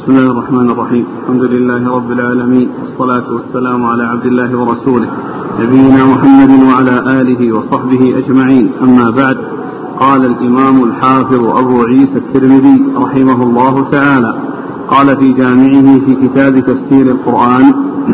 بسم الله الرحمن الرحيم. الحمد لله رب العالمين، والصلاة والسلام على عبد الله ورسوله نبينا محمد وعلى آله وصحبه أجمعين. أما بعد، قال الإمام الحافظ أبو عيسى الترمذي رحمه الله تعالى قال في جامعه في كتاب تفسير القرآن: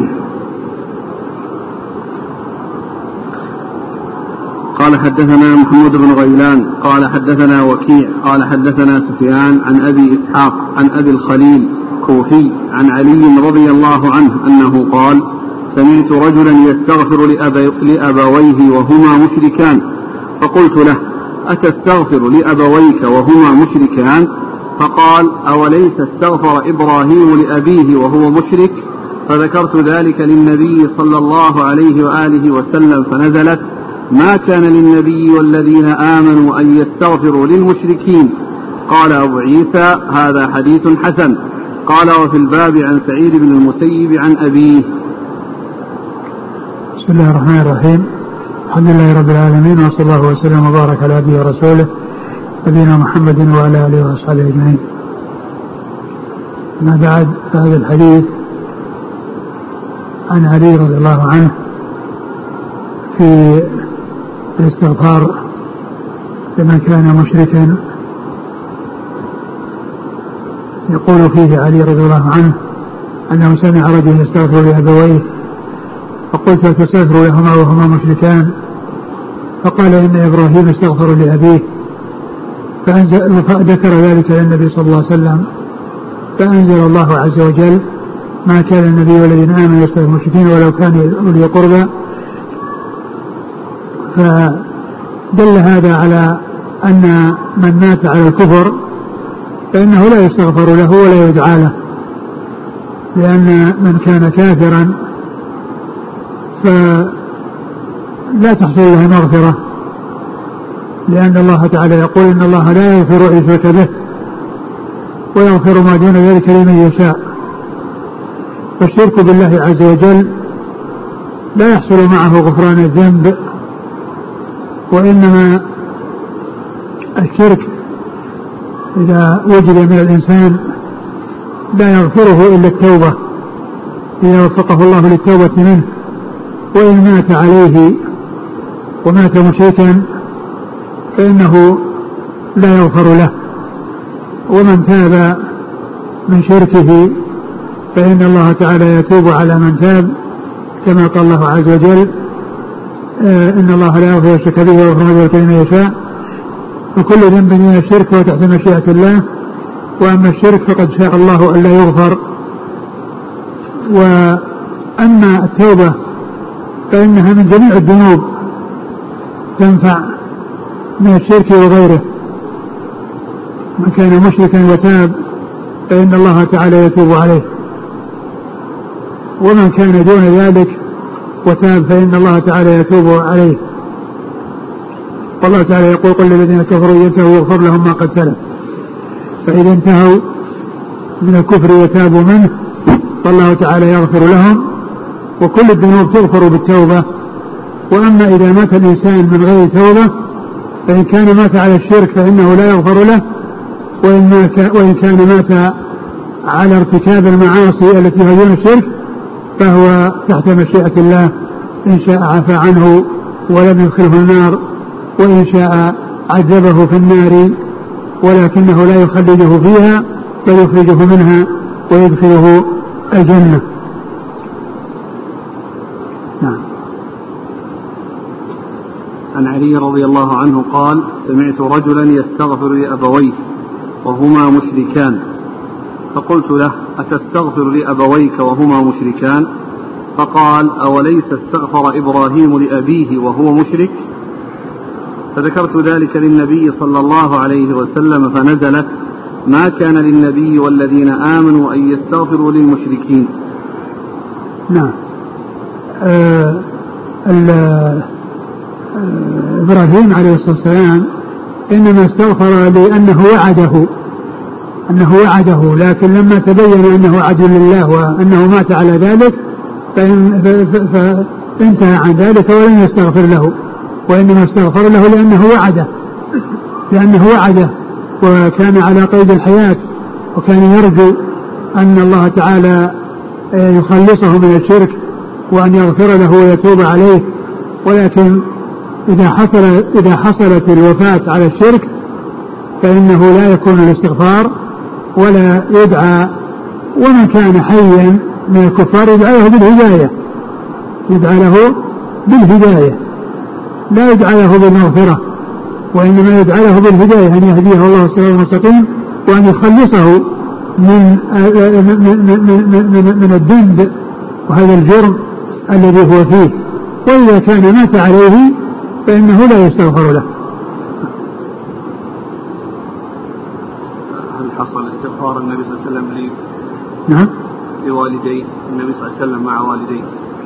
قال حدثنا محمود بن غيلان قال حدثنا وكيع قال حدثنا سفيان عن أبي إسحاق عن أبي الخليل كوفي عن علي رضي الله عنه أنه قال: سمعت رجلا يستغفر لأبويه وهما مشركان، فقلت له: أتستغفر لأبويك وهما مشركان؟ فقال: أوليس استغفر إبراهيم لأبيه وهو مشرك؟ فذكرت ذلك للنبي صلى الله عليه وآله وسلم فنزلت: ما كان للنبي والذين آمنوا أن يستغفروا للمشركين. قال أبو عيسى: هذا حديث حسن. قال: وفي الباب عن سعيد بن المسيب عن أبيه. بسم الله الرحمن الرحيم. الحمد لله رب العالمين، وصلى الله وسلم وبارك على عبده ورسوله نبينا محمد وعلى آله وأصحابه أجمعين. ما بعد، فهذا الحديث عن علي رضي الله عنه في الاستغفار لمن كان مشركا. يقول فيه علي رضي الله عنه أنه سمع رجل يستغفر لأبويه، فقلت: تستغفر لهما وهما مشركان؟ فقال: إن إبراهيم استغفر لأبيه. فذكر ذلك للنبي صلى الله عليه وسلم، فأنزل الله عز وجل: ما كان النبي والذين آمنوا يستغفروا المشركين ولو كانوا أولي قربى. فدل هذا على أن من مات على الكفر فإنه لا يستغفر له ولا يدعى له، لأن من كان كافرا فلا تحصل له مغفرة، لأن الله تعالى يقول: إن الله لا يغفر أن يشرك به ويغفر ما دون ذلك لمن يشاء. فالشرك بالله عز وجل لا يحصل معه غفران الذنب، وإنما الشرك إذا وجد من الإنسان لا يغفره إلا التوبة، إذا وفقه الله للتوبة منه. وإن مات عليه ومات مشركا فإنه لا يغفر له. ومن تاب من شركه فإن الله تعالى يتوب على من تاب، كما قال الله عز وجل: إن الله لا يغفر الشرك به ويغفر ما دون ذلك لمن يشاء. وكل ذنب من الشرك هو تحت مشيئة الله، وأما الشرك فقد شاء الله ألا يغفر. وأما التوبة فإنها من جميع الذنوب تنفع من الشرك وغيره. من كان مشركا وتاب فإن الله تعالى يتوب عليه، ومن كان دون ذلك وتاب فإن الله تعالى يتوب عليه. والله تعالى يقول: قل للذين كفروا ينتهوا يغفر لهم ما قد سلف. فإذا انتهوا من الكفر وتابوا منه فالله تعالى يغفر لهم، وكل الذنوب تغفر بالتوبة. وأما إذا مات الإنسان من غير توبة فإن كان مات على الشرك فإنه لا يغفر له، وإن كان مات على ارتكاب المعاصي التي هي دون الشرك فهو تحت مشيئة الله، إن شاء عفى عنه ولم يدخله النار، وإن شاء عذبه في النار ولكنه لا يخلده فيها بل يخرجه منها ويدخله الجنة. نعم. عن علي رضي الله عنه قال: سمعت رجلا يستغفر لأبويه وهما مشركان، فقلت له: أتستغفر لأبويك وهما مشركان؟ فقال: أوليس استغفر إبراهيم لأبيه وهو مشرك؟ فذكرت ذلك للنبي صلى الله عليه وسلم فنزلت: ما كان للنبي والذين آمنوا أن يستغفروا للمشركين. نعم. إبراهيم عليه الصلاة والسلام إنما استغفر لأنه وعده، لكن لما تبين أنه عدو لله وأنه مات على ذلك فانتهى عن ذلك ولم يستغفر له، وإنما استغفر له لأنه وعده وكان على قيد الحياة، وكان يرجو أن الله تعالى يخلصه من الشرك وأن يغفر له ويتوب عليه، ولكن إذا حصلت الوفاة على الشرك فإنه لا يكون الاستغفار ولا يدعى. ومن كان حيا من الكفار يدعى له بالهداية لا يدعى له بالمغفرة، وإنما يدعى له بالهداية أن يهديه الله الصراط المستقيم وأن يخلصه من الذنب وهذا الجرم الذي هو فيه. وإذا كان مات عليه فإنه لا يستغفر له. هل حصل استغفار النبي صلى الله عليه وسلم نعم لوالديه النبي صلى الله عليه وسلم مع والديه؟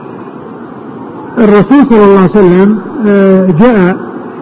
الرسول صلى الله عليه وسلم جاء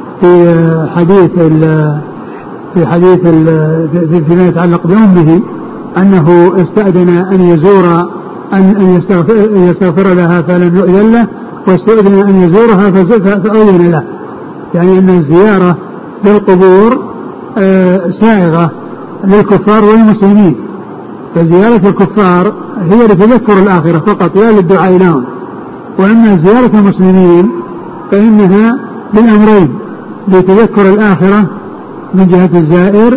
في حديث فيما يتعلق بأمه أنه استأذن أن يزور أن يستغفر لها فلم يؤذن له، واستأذن أن يزورها فأذن له، يعني أن الزيارة للقبور سائغة للكفار والمسلمين، فزيارة الكفار هي لتذكر الآخرة فقط لا للدعاء لهم، وأما زيارة المسلمين فإنها بالأمرين، لتذكر الآخرة من جهة الزائر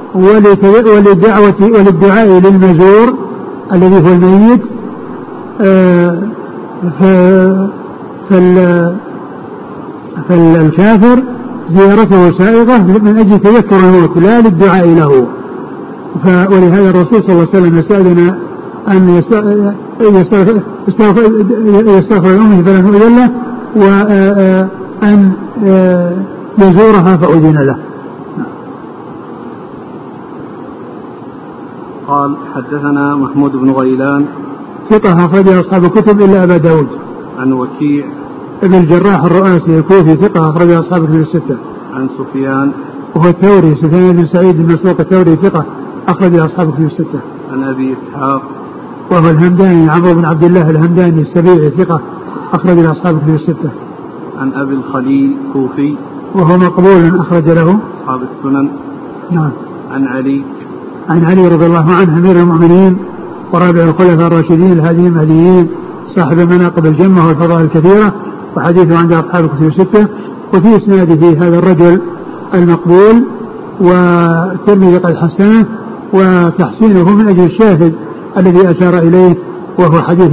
وللدعاء للمزور الذي هو الميت. فالكافر زيارته سائغة من أجل تذكر الموت لا للدعاء له. ولهذا الرسول صلى الله عليه وسلم استأذن أن يستغفر لأمه فلم يؤذن له، وأن يزورها فأذن له. قال حدثنا محمود بن غيلان ثقة أخرجه أصحاب الكتب إلا أبا داود. عن وكيع ابن الجراح الرؤاسي الكوفي ثقة أخرجه أصحاب الكتب الستة. عن سفيان وهو الثوري سفيان بن سعيد بن مسروق الثوري ثقة أخرجه أصحاب الكتب الستة. عن أبي إسحاق وهو الهمداني عمرو بن عبد الله الهمداني السبيعي ثقة أخرجه أصحاب الكتب الستة. عن أبي الخليل كوفي وهو مقبول أخرج له أصحاب السنن. نعم. عن علي رضي الله عنه أمير المؤمنين ورابع الخلفاء الراشدين الهاديين المهديين صاحب المناقب الجمة والفضائل الكثيرة، وحديثه عند أصحاب الكتب الستة. وفي إسناده هذا الرجل المقبول، والترمذي قد حسنه، وتحسينه من أجل الشاهد الذي أشار إليه وهو حديث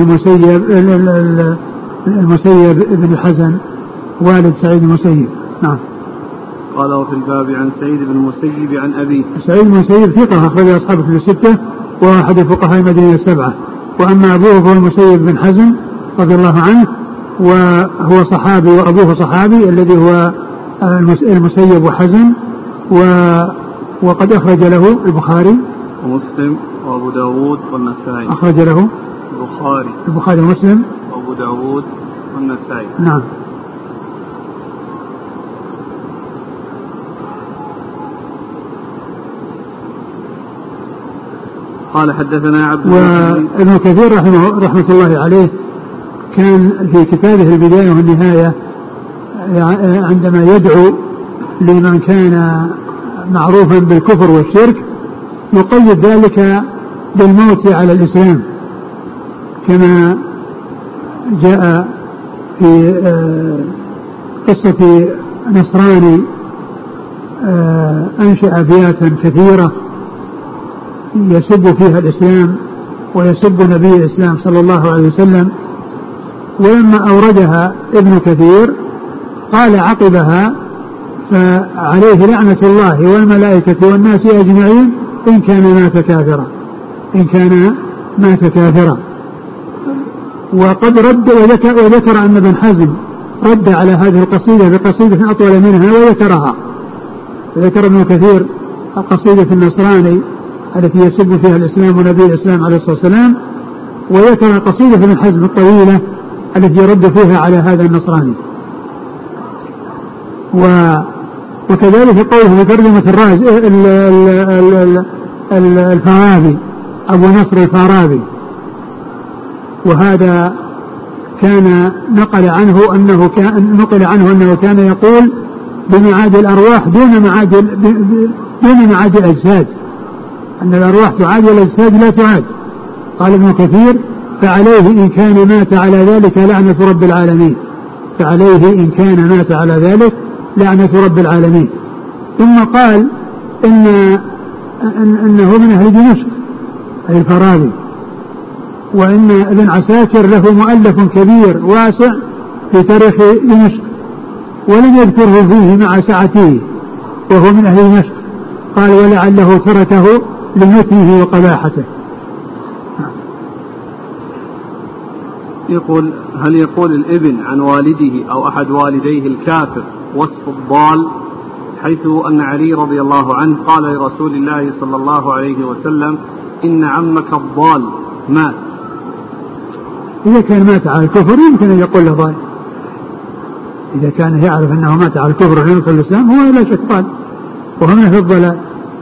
المسيب بن الحسن والد سعيد المسيب. نعم. قال وفي الباب عن سعيد بن المسيب عن أبيه. سعيد بن المسيب ثقة أخرج أصحاب الكتب الستة وهو أحد فقهاء المدينة السبعة. وأما أبوه فهو المسيب بن حزم رضي الله عنه، وهو صحابي وأبوه صحابي الذي هو المسيب وحزم، وقد أخرج له البخاري ومسلم وأبو داود والنسائي. أخرج له البخاري ومسلم وأبو داود والنسائي. نعم. قال حدثنا عبد وابن كثير رحمة الله عليه كان في كتابه البداية والنهاية عندما يدعو لمن كان معروفا بالكفر والشرك يقيد ذلك بالموت على الإسلام، كما جاء في قصة نصراني أنشأ أبياتا كثيرة يسب فيها الإسلام ويسب نبي الإسلام صلى الله عليه وسلم، ولما أوردها ابن كثير قال عقبها: فعليه لعنة الله والملائكة والناس أجمعين إن كان مات كافرا. وقد رد وذكر أن ابن حزم رد على هذه القصيدة بقصيدة أطول منها وذكرها. ذكر ابن كثير القصيدة النصراني التي يسب فيها الإسلام ونبي الإسلام عليه الصلاة والسلام، وذكر قصيدة ابن حزم الطويلة التي يرد فيها على هذا النصراني. وكذلك قوله في ترجمة الفارابي أبو نصر الفارابي، وهذا كان نقل عنه أنه كان يقول بمعاد الأرواح دون معاد الأجساد، أن الأرواح تعاد والأجساد لا تعاد، قال ابن كثير فعليه إن كان مات على ذلك لعنة رب العالمين، فعليه إن كان مات على ذلك لعنة رب العالمين. ثم قال إنه من أهل دمشق أي الفارابي، وإن ابن عساكر له مؤلف كبير واسع في تاريخ دمشق ولم يذكره فيه مع سعته وهو من أهل دمشق، قال ولعله تركه لمتنه وقباحته. يقول هل يقول الابن عن والده أو أحد والديه الكافر وصف الضال، حيث أن علي رضي الله عنه قال لرسول الله صلى الله عليه وسلم إن عمك الضال مات؟ إذا كان مات على الكفر يمكن أن يقول له ضال، إذا كان يعرف أنه مات على الكفر ولم يدخل الإسلام هو لا شك ضال وهو من الضلال.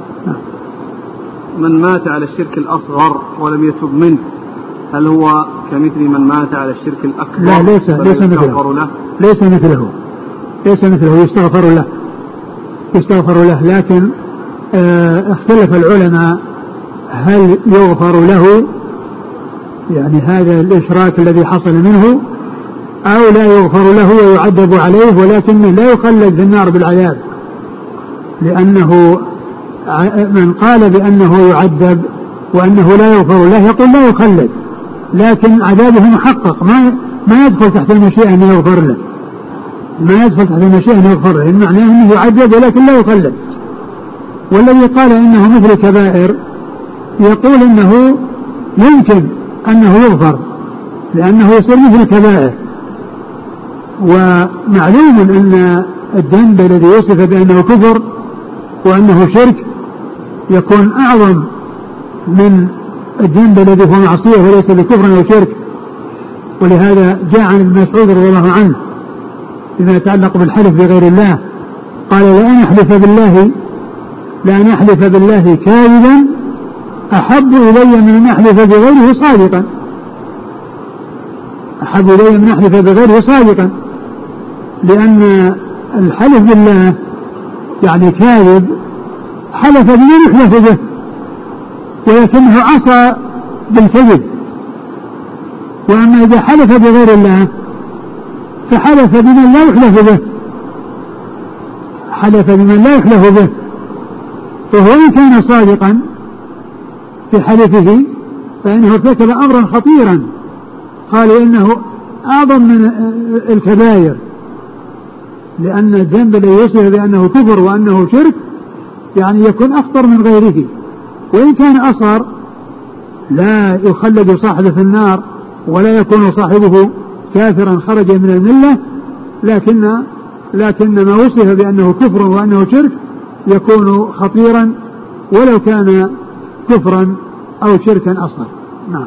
من مات على الشرك الأصغر ولم يتب منه هل هو كمثل من مات على الشرك الأكبر؟ لا ليس مثله، ليس مثله يستغفر له، لكن اختلف العلماء هل يغفر له يعني هذا الإشراك الذي حصل منه أو لا يغفر له ويعذب عليه ولكنه لا يخلد في النار بالعذاب، لأنه من قال بأنه يعذب وأنه لا يغفر له يقول لا يخلد، لكن عذابه محقق ما يدخل تحت المشيئة أن يغفر له، ما يدخل تحت المشيئة أن يغفر له، معناه أنه يعذب ولكن لا يخلد. والذي قال إنه مثل كبائر يقول إنه يمكن أنه يغفر لأنه يصير مثل الكبائر، ومعلوم أن الذنب الذي وصف بأنه كفر وأنه شرك يكون أعظم من الذنب الذي هو معصية وليس بكفر أو شرك. ولهذا جاء عن ابن مسعود رضي الله عنه فيما يتعلق بالحلف بغير الله قال لأن أحلف بالله كاذبا أحب إلي من أن أحلف بغيره صادقا، أحب إلي من أن أحلف بغيره صادقا، لأن الحلف بالله يعني كاذب حلف بما يحلف به ولكنه عصى بالكذب، وأما إذا حلف بغير الله فحلف بمن لا يحلف به، حلف بمن لا يحلف به، وهو إن كان صادقا في حلفه فإنه ارتكب أمرا خطيرا، قالوا إنه أعظم من الكبائر، لأن الذنب الذي يوصف بأنه كفر وأنه شرك يعني يكون أخطر من غيره، وإن كان أصغر لا يخلد صاحبه في النار ولا يكون صاحبه كافرا خرج من الملة، لكن ما وصف بأنه كفر وأنه شرك يكون خطيرا ولو كان كفرا أو شركا أصغر. نعم.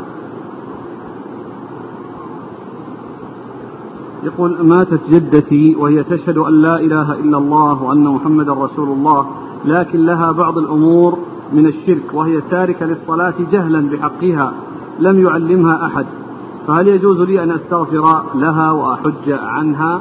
يقول ماتت جدتي وهي تشهد أن لا إله إلا الله وأن محمد رسول الله، لكن لها بعض الأمور من الشرك وهي تاركة للصلاة جهلا بحقها لم يعلمها أحد، فهل يجوز لي أن أستغفر لها وأحج عنها؟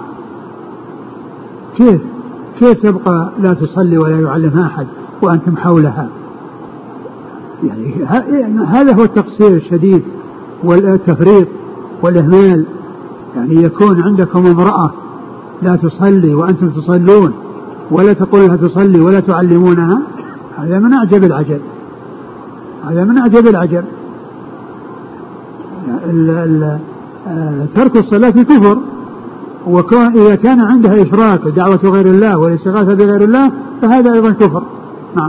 كيف تبقى لا تصلي ولا يعلمها أحد وأنتم حولها؟ يعني هذا هو التقصير الشديد والتفريط والإهمال، يعني يكون عندكم امرأة لا تصلي وأنتم تصلون ولا تقول لها تصلي ولا تعلمونها، هذا من أعجب العجب، هذا من أعجب العجب. ترك الصلاة كفر، وإذا كان عندها إشراك ودعوة غير الله والاستغاثة بغير الله فهذا أيضا كفر. نعم.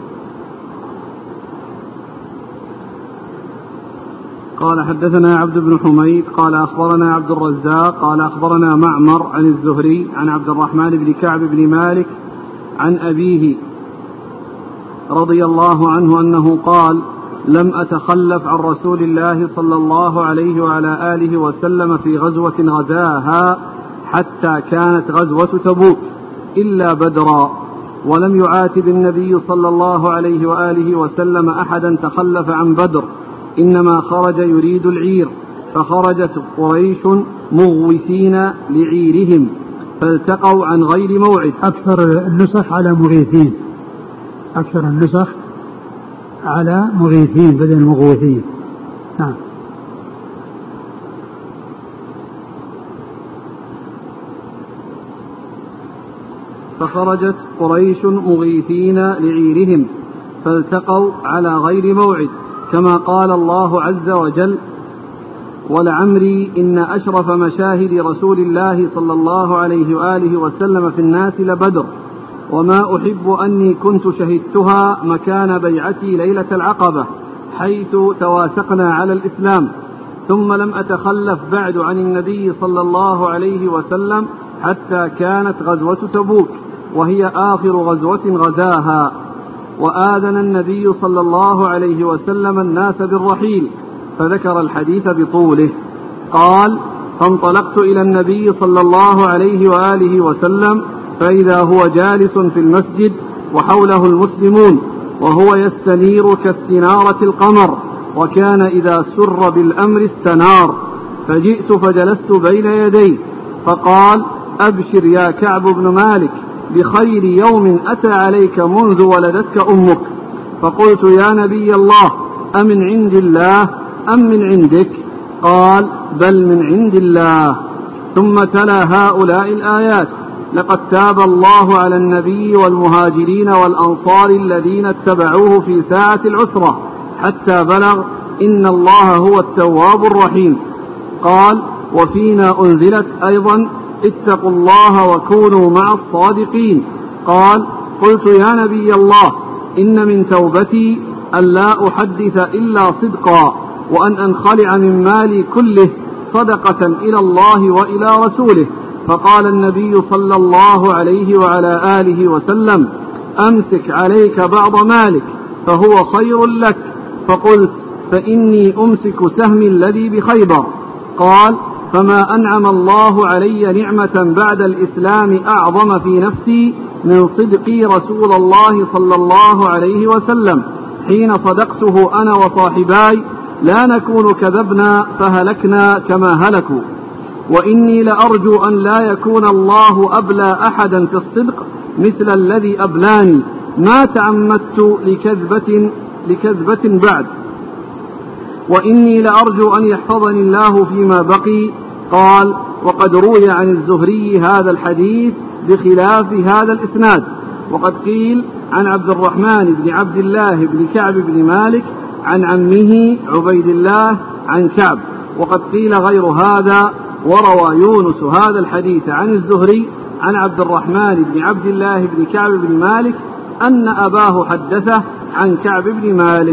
قال حدثنا عبد بن حميد قال أخبرنا عبد الرزاق قال أخبرنا معمر عن الزهري عن عبد الرحمن بن كعب بن مالك عن أبيه رضي الله عنه أنه قال لم أتخلف عن رسول الله صلى الله عليه وعلى آله وسلم في غزوة غزاها حتى كانت غزوة تبوك إلا بدرا، ولم يعاتب النبي صلى الله عليه وآله وسلم أحدا تخلف عن بدر، إنما خرج يريد العير، فخرجت قريش مغوثين لعيرهم فالتقوا عن غير موعد. أكثر النسخ على مغيثين، أكثر النسخ على مغيثين بدل مغوثين. نعم. فخرجت قريش مغيثين لعيرهم فالتقوا على غير موعد كما قال الله عز وجل: ولعمري إن أشرف مشاهد رسول الله صلى الله عليه وآله وسلم في الناس لبدر، وما أحب أني كنت شهدتها مكان بيعتي ليلة العقبة حيث تواسقنا على الإسلام، ثم لم أتخلف بعد عن النبي صلى الله عليه وسلم حتى كانت غزوة تبوك وهي آخر غزوة غزاها، وآذن النبي صلى الله عليه وسلم الناس بالرحيل، فذكر الحديث بطوله. قال: فانطلقت إلى النبي صلى الله عليه وآله وسلم فإذا هو جالس في المسجد وحوله المسلمون وهو يستنير كاستنارة القمر، وكان إذا سر بالأمر استنار، فجئت فجلست بين يديه فقال: أبشر يا كعب بن مالك بخير يوم أتى عليك منذ ولدتك أمك. فقلت: يا نبي الله، أمن عند الله أم من عندك؟ قال: بل من عند الله. ثم تلا هؤلاء الآيات: لقد تاب الله على النبي والمهاجرين والأنصار الذين اتبعوه في ساعة العسرة، حتى بلغ: إن الله هو التواب الرحيم. قال: وفينا أنزلت أيضا: اتقوا الله وكونوا مع الصادقين. قال: قلت: يا نبي الله، إن من توبتي أن لا أحدث إلا صدقا، وأن أنخلع من مالي كله صدقة إلى الله وإلى رسوله. فقال النبي صلى الله عليه وعلى آله وسلم: أمسك عليك بعض مالك فهو خير لك. فقلت: فإني أمسك سهمي الذي بخيبر. قال: فما أنعم الله علي نعمة بعد الإسلام أعظم في نفسي من صدقي رسول الله صلى الله عليه وسلم حين صدقته أنا وصاحباي، لا نكون كذبنا فهلكنا كما هلكوا. وإني لأرجو أن لا يكون الله أبلى أحدا في الصدق مثل الذي أبلاني، ما تعمدت لكذبة بعد، وإني لأرجو أن يحفظني الله فيما بقي. قال: وقد روي عن الزهري هذا الحديث بخلاف هذا الإسناد، وقد قيل عن عبد الرحمن بن عبد الله بن كعب بن مالك عن عمه عبيد الله عن كعب، وقد قيل غير هذا. وروى يونس هذا الحديث عن الزهري عن عبد الرحمن بن عبد الله بن كعب بن مالك أن أباه حدثه عن كعب بن مالك.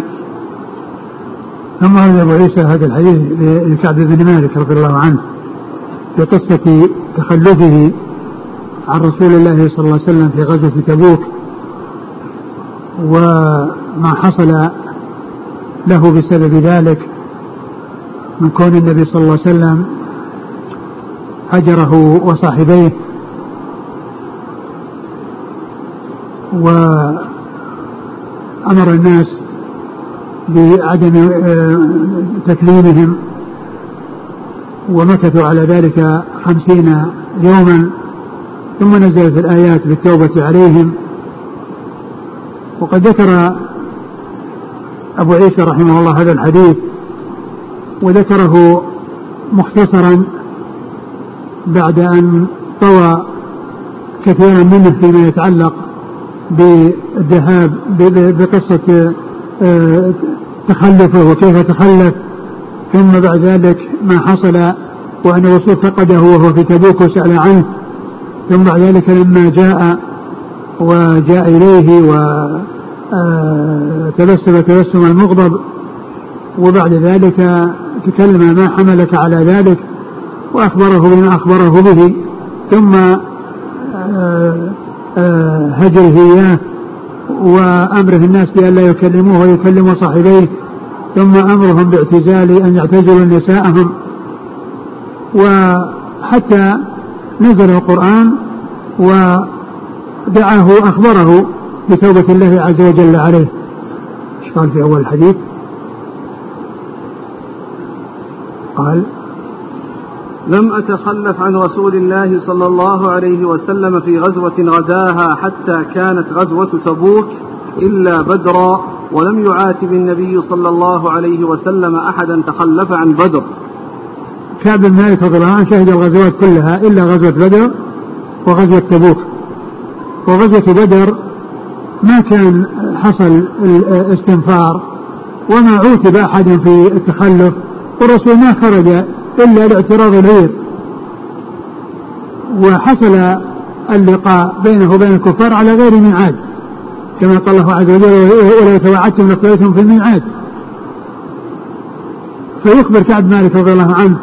ثم روى أبو عيسى هذا الحديث لكعب بن مالك رضي الله عنه بقصة تخلفه عن رسول الله صلى الله عليه وسلم في غزوة تبوك، وما حصل له بسبب ذلك من كون النبي صلى الله عليه وسلم هجره وصاحبيه، وأمر الناس بعدم تكليمهم، ومكثوا على ذلك 50 يوما، ثم نزلت الآيات بالتوبة عليهم. وقد ذكر أبو عيسى رحمه الله هذا الحديث وذكره مختصرا بعد أن طوى كثيرا منه فيما يتعلق بالذهاب بقصة تخلفه وكيف تخلف، ثم بعد ذلك ما حصل وأن الرسول فقده وهو في تبوك وسأل عنه، ثم بعد ذلك لما جاء إليه وتبسم تبسم المغضب، وبعد ذلك تكلم ما حملك على ذلك وأخبره بما أخبره به، ثم هجره إياه وأمره الناس بأن لا يكلموه ويكلموا صاحبيه، ثم أمرهم باعتزال أن يعتزلوا نساءهم، وحتى نزل القرآن ودعاه وأخبره بتوبة الله عز وجل عليه. ايش قال في أول الحديث؟ قال: لم أتخلف عن رسول الله صلى الله عليه وسلم في غزوة غزاها حتى كانت غزوة تبوك إلا بدرا، ولم يعاتب النبي صلى الله عليه وسلم أحدا تخلف عن بدر. كعب بن مالك رضي الله عنه شهد الغزوات كلها إلا غزوة بدر وغزوة تبوك. وغزوة بدر ما كان حصل استنفار وما عوتب أحد في التخلف، والرسول ما خرج إلا لاعتراض العير، وحصل اللقاء بينه وبين الكفار على غير ميعاد كما قال الله عز وجل ولو تواعدتم لاختلفتم في الميعاد. فيخبر كعب مالك رضي الله عنه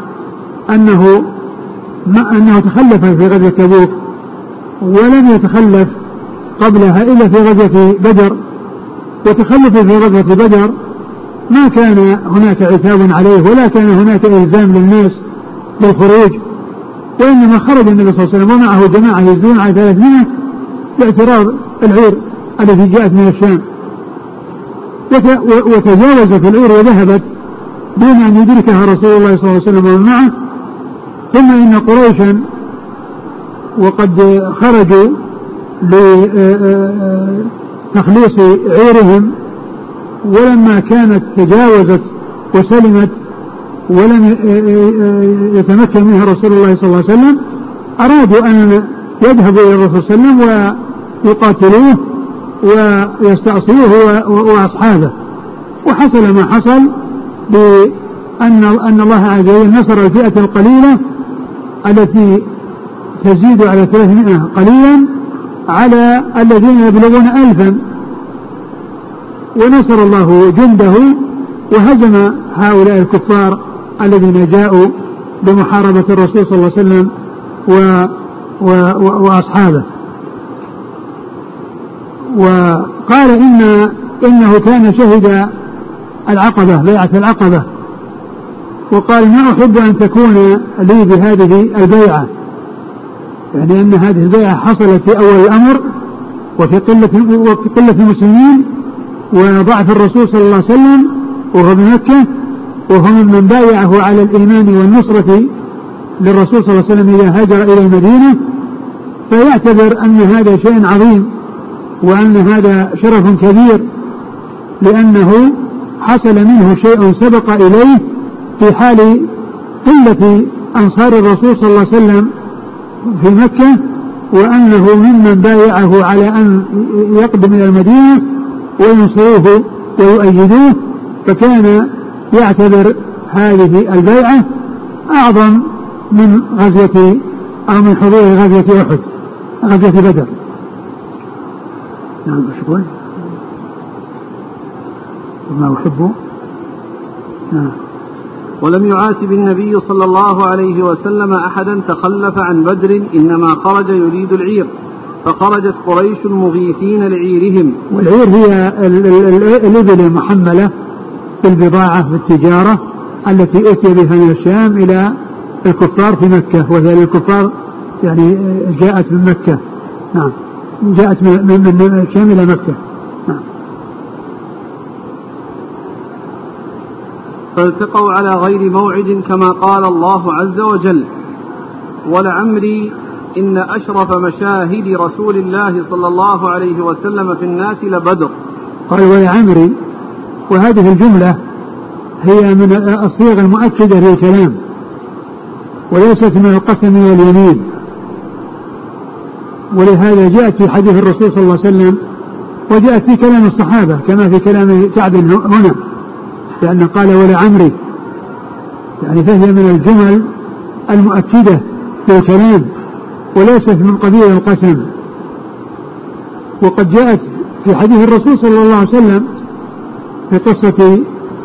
أنه تخلف في غزوة تبوك ولم يتخلف قبلها إلا في غزوة بدر، وتخلف في غزوة بدر ما كان هناك عتاب عليه ولا كان هناك إلزام للناس بالخروج، وإنما خرج النبي صلى الله عليه وسلم ومعه جماعة يزدون على 300 لاعتراض العير التي جاءت من الشام، وتجاوزت العير وذهبت دون أن يدركها رسول الله صلى الله عليه وسلم ومن معه. ثم إن قريشا وقد خرجوا لتخليص عيرهم، ولما كانت تجاوزت وسلمت ولم يتمكن منها رسول الله صلى الله عليه وسلم أرادوا أن يذهبوا إلى الرسول صلى الله عليه وسلم ويقاتلوه ويستأصلوه وأصحابه. وحصل ما حصل بأن الله عز وجل نصر الفئة القليلة التي تزيد على 300 قليلا على الذين يبلغون 1000، ونصر الله جنده وهزم هؤلاء الكفار الذين جاءوا بمحاربة الرسول صلى الله عليه وسلم وأصحابه. وقال إنه كان شهد العقبة بيعة العقبة، وقال ما أحب أن تكون لي بهذه البيعة، يعني أن هذه البيعة حصلت في أول الأمر وفي قلة المسلمين وضعف الرسول صلى الله عليه وسلم وهو بمكة، وهم من بايعه على الإيمان والنصرة للرسول صلى الله عليه وسلم إذا هاجر إلى المدينة، فيعتبر أن هذا شيء عظيم وأن هذا شرف كبير، لأنه حصل منه شيء سبق إليه في حال قلة أنصار الرسول صلى الله عليه وسلم في مكة، وأنه ممن بايعه على أن يقدم إلى المدينة وينصروه ويؤيدوه، فكان يعتبر هذه البيعة أعظم من غزوة أو من حضور غزوة أحد غزوة بدر. نعم أشكر وما أحبه. نعم. ولم يعاتب النبي صلى الله عليه وسلم أحدا تخلف عن بدر، إنما خرج يريد العير، فخرجت قريش مغيثين لعيرهم. والعير هي الإبل المحملة بالبضاعة بالتجارة التي أتي بها من الشام إلى الكفار في مكة، وهي للكفار يعني جاءت من مكة. نعم جاءت من الشام إلى مكة. نعم. فالتقوا على غير موعد كما قال الله عز وجل: ولعمري إن أشرف مشاهد رسول الله صلى الله عليه وسلم في الناس لبدر. قال ولعمري، وهذه الجملة هي من الصيغ المؤكدة للكلام وليست من القسم واليمين، ولهذا جاءت في حديث الرسول صلى الله عليه وسلم وجاءت في كلام الصحابة كما في كلام كعب هنا، لأنه قال ولعمري، يعني فهي من الجمل المؤكدة للكلام وليست من قبيل القسم. وقد جاءت في حديث الرسول صلى الله عليه وسلم في قصة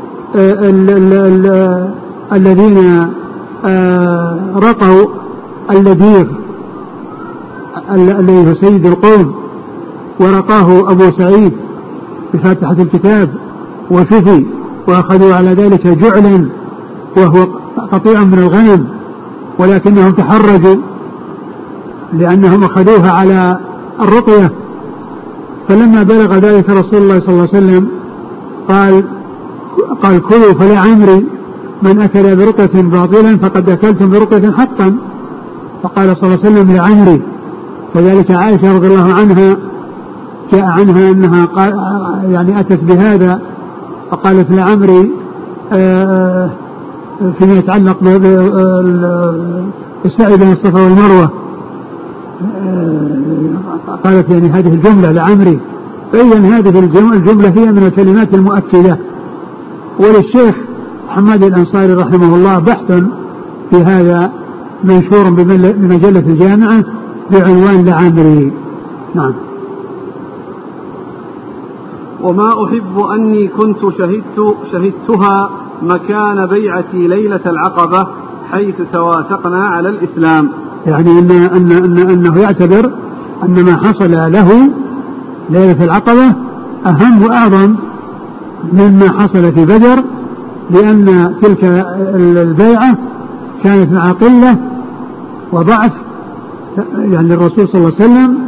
الذين رقوا اللديغ الذي هو سيد القوم، ورقاه أبو سعيد بفاتحة الكتاب وشفي، وأخذوا على ذلك جعلا وهو قطيع من الغنم، ولكنهم تحرجوا لأنهم أخذوها على الرقية. فلما بلغ ذلك رسول الله صلى الله عليه وسلم قال كلوا فلعمري من أكل برقية باطلا فقد أكلتم برقية حقا. فقال صلى الله عليه وسلم لعمري. فذلك عائشة رضي الله عنها جاء عنها أنها يعني أتت بهذا فقالت لعمري فيما يتعلق بالسعي بين الصفا والمروة، قالت يعني هذه الجملة لعمري، فإذن هذه الجملة هي من الكلمات المؤكدة. وللشيخ حماد الأنصاري رحمه الله بحث في هذا منشور بمجلة الجامعة بعنوان لعمري. نعم. وما أحب أني كنت شهدتها مكان بيعتي ليلة العقبة حيث توافقنا على الإسلام. يعني أنه يعتبر أن ما حصل له ليلة العقبة أهم وأعظم مما حصل في بدر، لأن تلك البيعة كانت مع قلة وضعف يعني الرسول صلى الله عليه وسلم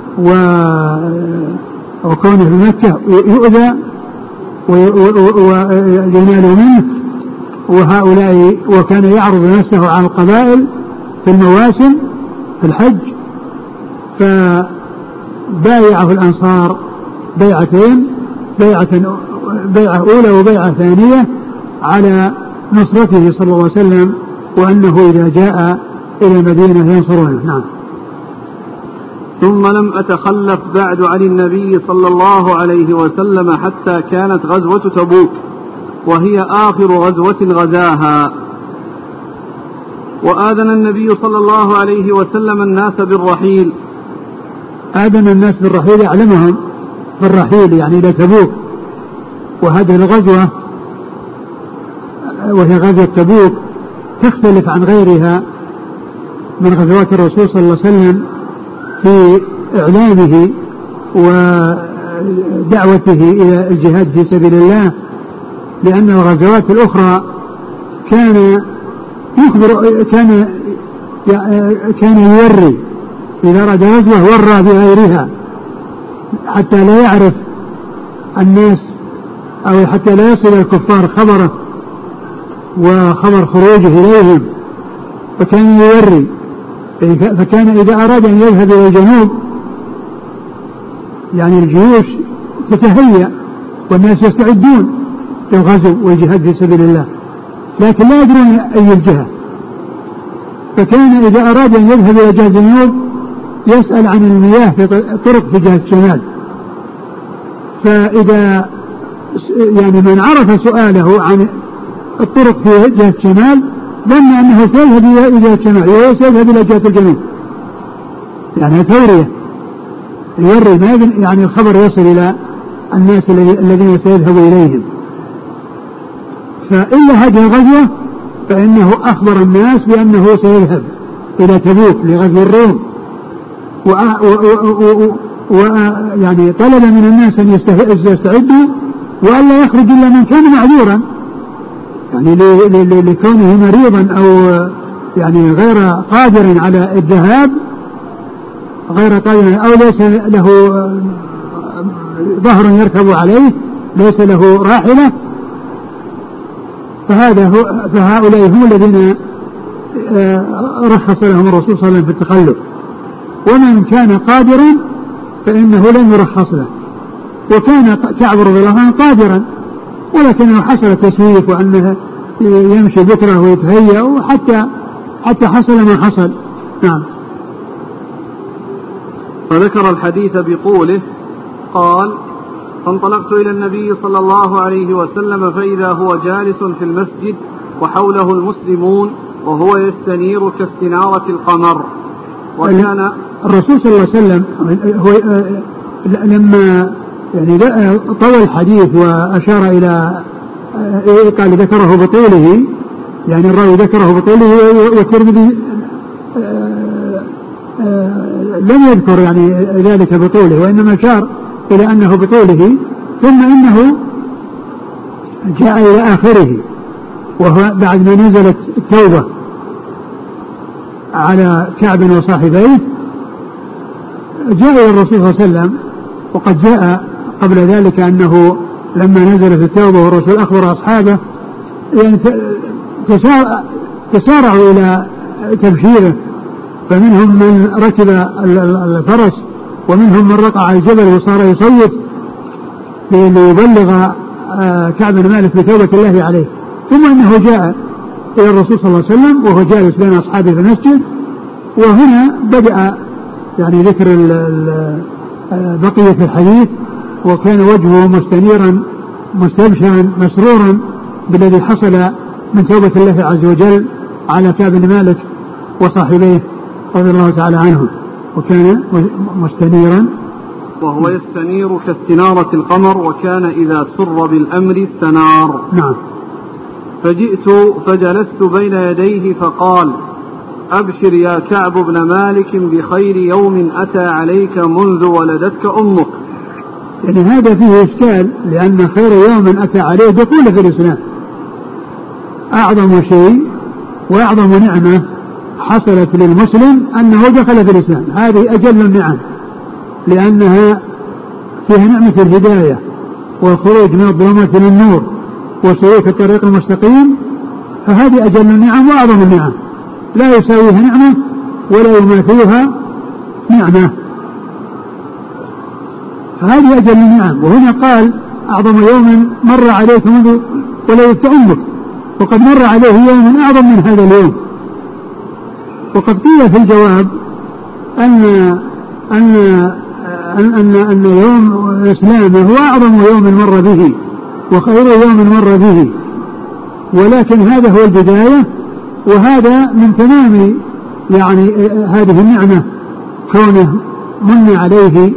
وكونه في مكة يؤذى وينال منه، وهؤلاء وكان يعرض نفسه على القبائل في المواسم في الحج، فبايعه الأنصار بيعتين، بيعة أولى وبيعة ثانية على نصرته صلى الله عليه وسلم، وأنه إذا جاء إلى المدينة ينصرونه. نعم. ثم لم أتخلف بعد عن النبي صلى الله عليه وسلم حتى كانت غزوة تبوك، وهي آخر غزوة غزاها. وآذن النبي صلى الله عليه وسلم الناس بالرحيل. آذن الناس بالرحيل، أعلمهم بالرحيل يعني إلى تبوك. وهذه الغزوة وهي غزوة تبوك تختلف عن غيرها من غزوات الرسول صلى الله عليه وسلم في إعلامه ودعوته إلى الجهاد في سبيل الله، لأن الغزوات الأخرى كان يخبر كان يوري إذا أراد غزوة ورى بغيرها حتى لا يعرف الناس أو حتى لا يصل الكفار خبره وخبر خروجه إليهم، فكان يوري. فكان إذا أراد أن يذهب إلى الجنوب يعني الجيوش تتهيأ والناس يستعدون للغزو والجهاد في سبيل الله، لكن لا يدرون أي الجهة. فكان إذا أراد أن يذهب إلى جهة الجنوب يسأل عن المياه في طرق في جهة الشمال، فإذا يعني من عرف سؤاله عن الطرق في جهة الشمال ظن أنه سيذهب إلى جهة الشمال وهو سيذهب إلى جهة الجنوب، يعني ثورية يوري ما يعني الخبر يصل إلى الناس الذين سيذهب إليهم. فإلا هذه الغزوة فإنه أخبر الناس بأنه سيذهب إلى تبوك لغزو الروم، ويعني طلب من الناس أن يستعدوا وألا يخرج إلا من كان معذورا، يعني لكونه مريضا أو يعني غير قادر على الذهاب، غير قادر أو ليس له ظهر يركب عليه، ليس له راحلة، فهؤلاء هم الذين رخص لهم الرسول صلى الله عليه وسلم في التخلف. ومن كان قادرا فإنه لم يرخص له. وكان كعب رضي الله عنه قادرا ولكنه حصل تسويف وأنه يمشي بكرة ويتهيأ حتى حصل ما حصل. نعم. فذكر الحديث بقوله قال: فانطلقت إلى النبي صلى الله عليه وسلم فإذا هو جالس في المسجد وحوله المسلمون وهو يستنير كاستنارة القمر. وكان الرسول صلى الله عليه وسلم هو لما يعني طوى الحديث وأشار إلى قال ذكره بطوله، يعني الراوي ذكره بطوله والترمذي لم يذكر يعني ذلك بطوله، وإنما أشار إلى أنه بطوله، ثم إنه جاء إلى آخره وهو بعد ما نزلت التوبة على كعب وصاحبيه، جاء إلى الرسول صلى الله عليه وسلم. وقد جاء قبل ذلك أنه لما نزلت التوبة والرسول أخبر أصحابه يعني تسارعوا إلى تبشيره، فمنهم من ركب الفرس ومنهم من رقع على الجبل وصار يصوت ليبلغ كعب بن مالك بتوبة الله عليه. ثم أنه جاء إلى الرسول صلى الله عليه وسلم وهو جالس بين أصحابه في المسجد، وهنا بدأ يعني ذكر بقية الحديث، وكان وجهه مستنيرا مستبشرا مسرورا بالذي حصل من توبة الله عز وجل على كعب بن مالك وصاحبيه رضي الله تعالى عنهم، وكان مستنيرا وهو يستنير كاستنارة القمر، وكان إذا سر بالأمر استنار. نعم. فجئت فجلست بين يديه فقال: أبشر يا كعب بن مالك بخير يوم أتى عليك منذ ولدتك أمك. يعني هذا فيه إشكال، لأن خير يوم أتى عليه دخول في الإسلام، أعظم شيء وأعظم نعمة حصلت للمسلم أنه دخل في الإسلام، هذه أجل النعم، لأنها فيها نعمة الهداية والخروج من الظلمات إلى النور وسلوك الطريق المستقيم، فهذه أجل النعم وأعظم النعم، لا يساويها نعمة ولا يماثلها نعمة، فهذه أجل النعم. وهنا قال: أعظم يوم مر عليك منذ ولدتك أمك، وقد مر عليه يوم أعظم من هذا اليوم. وقد قيل في الجواب أن يوم الإسلام هو أعظم يوم مر به وخير يوم مر به، ولكن هذا هو البداية، وهذا من تمام يعني هذه النعمة كونه من عليه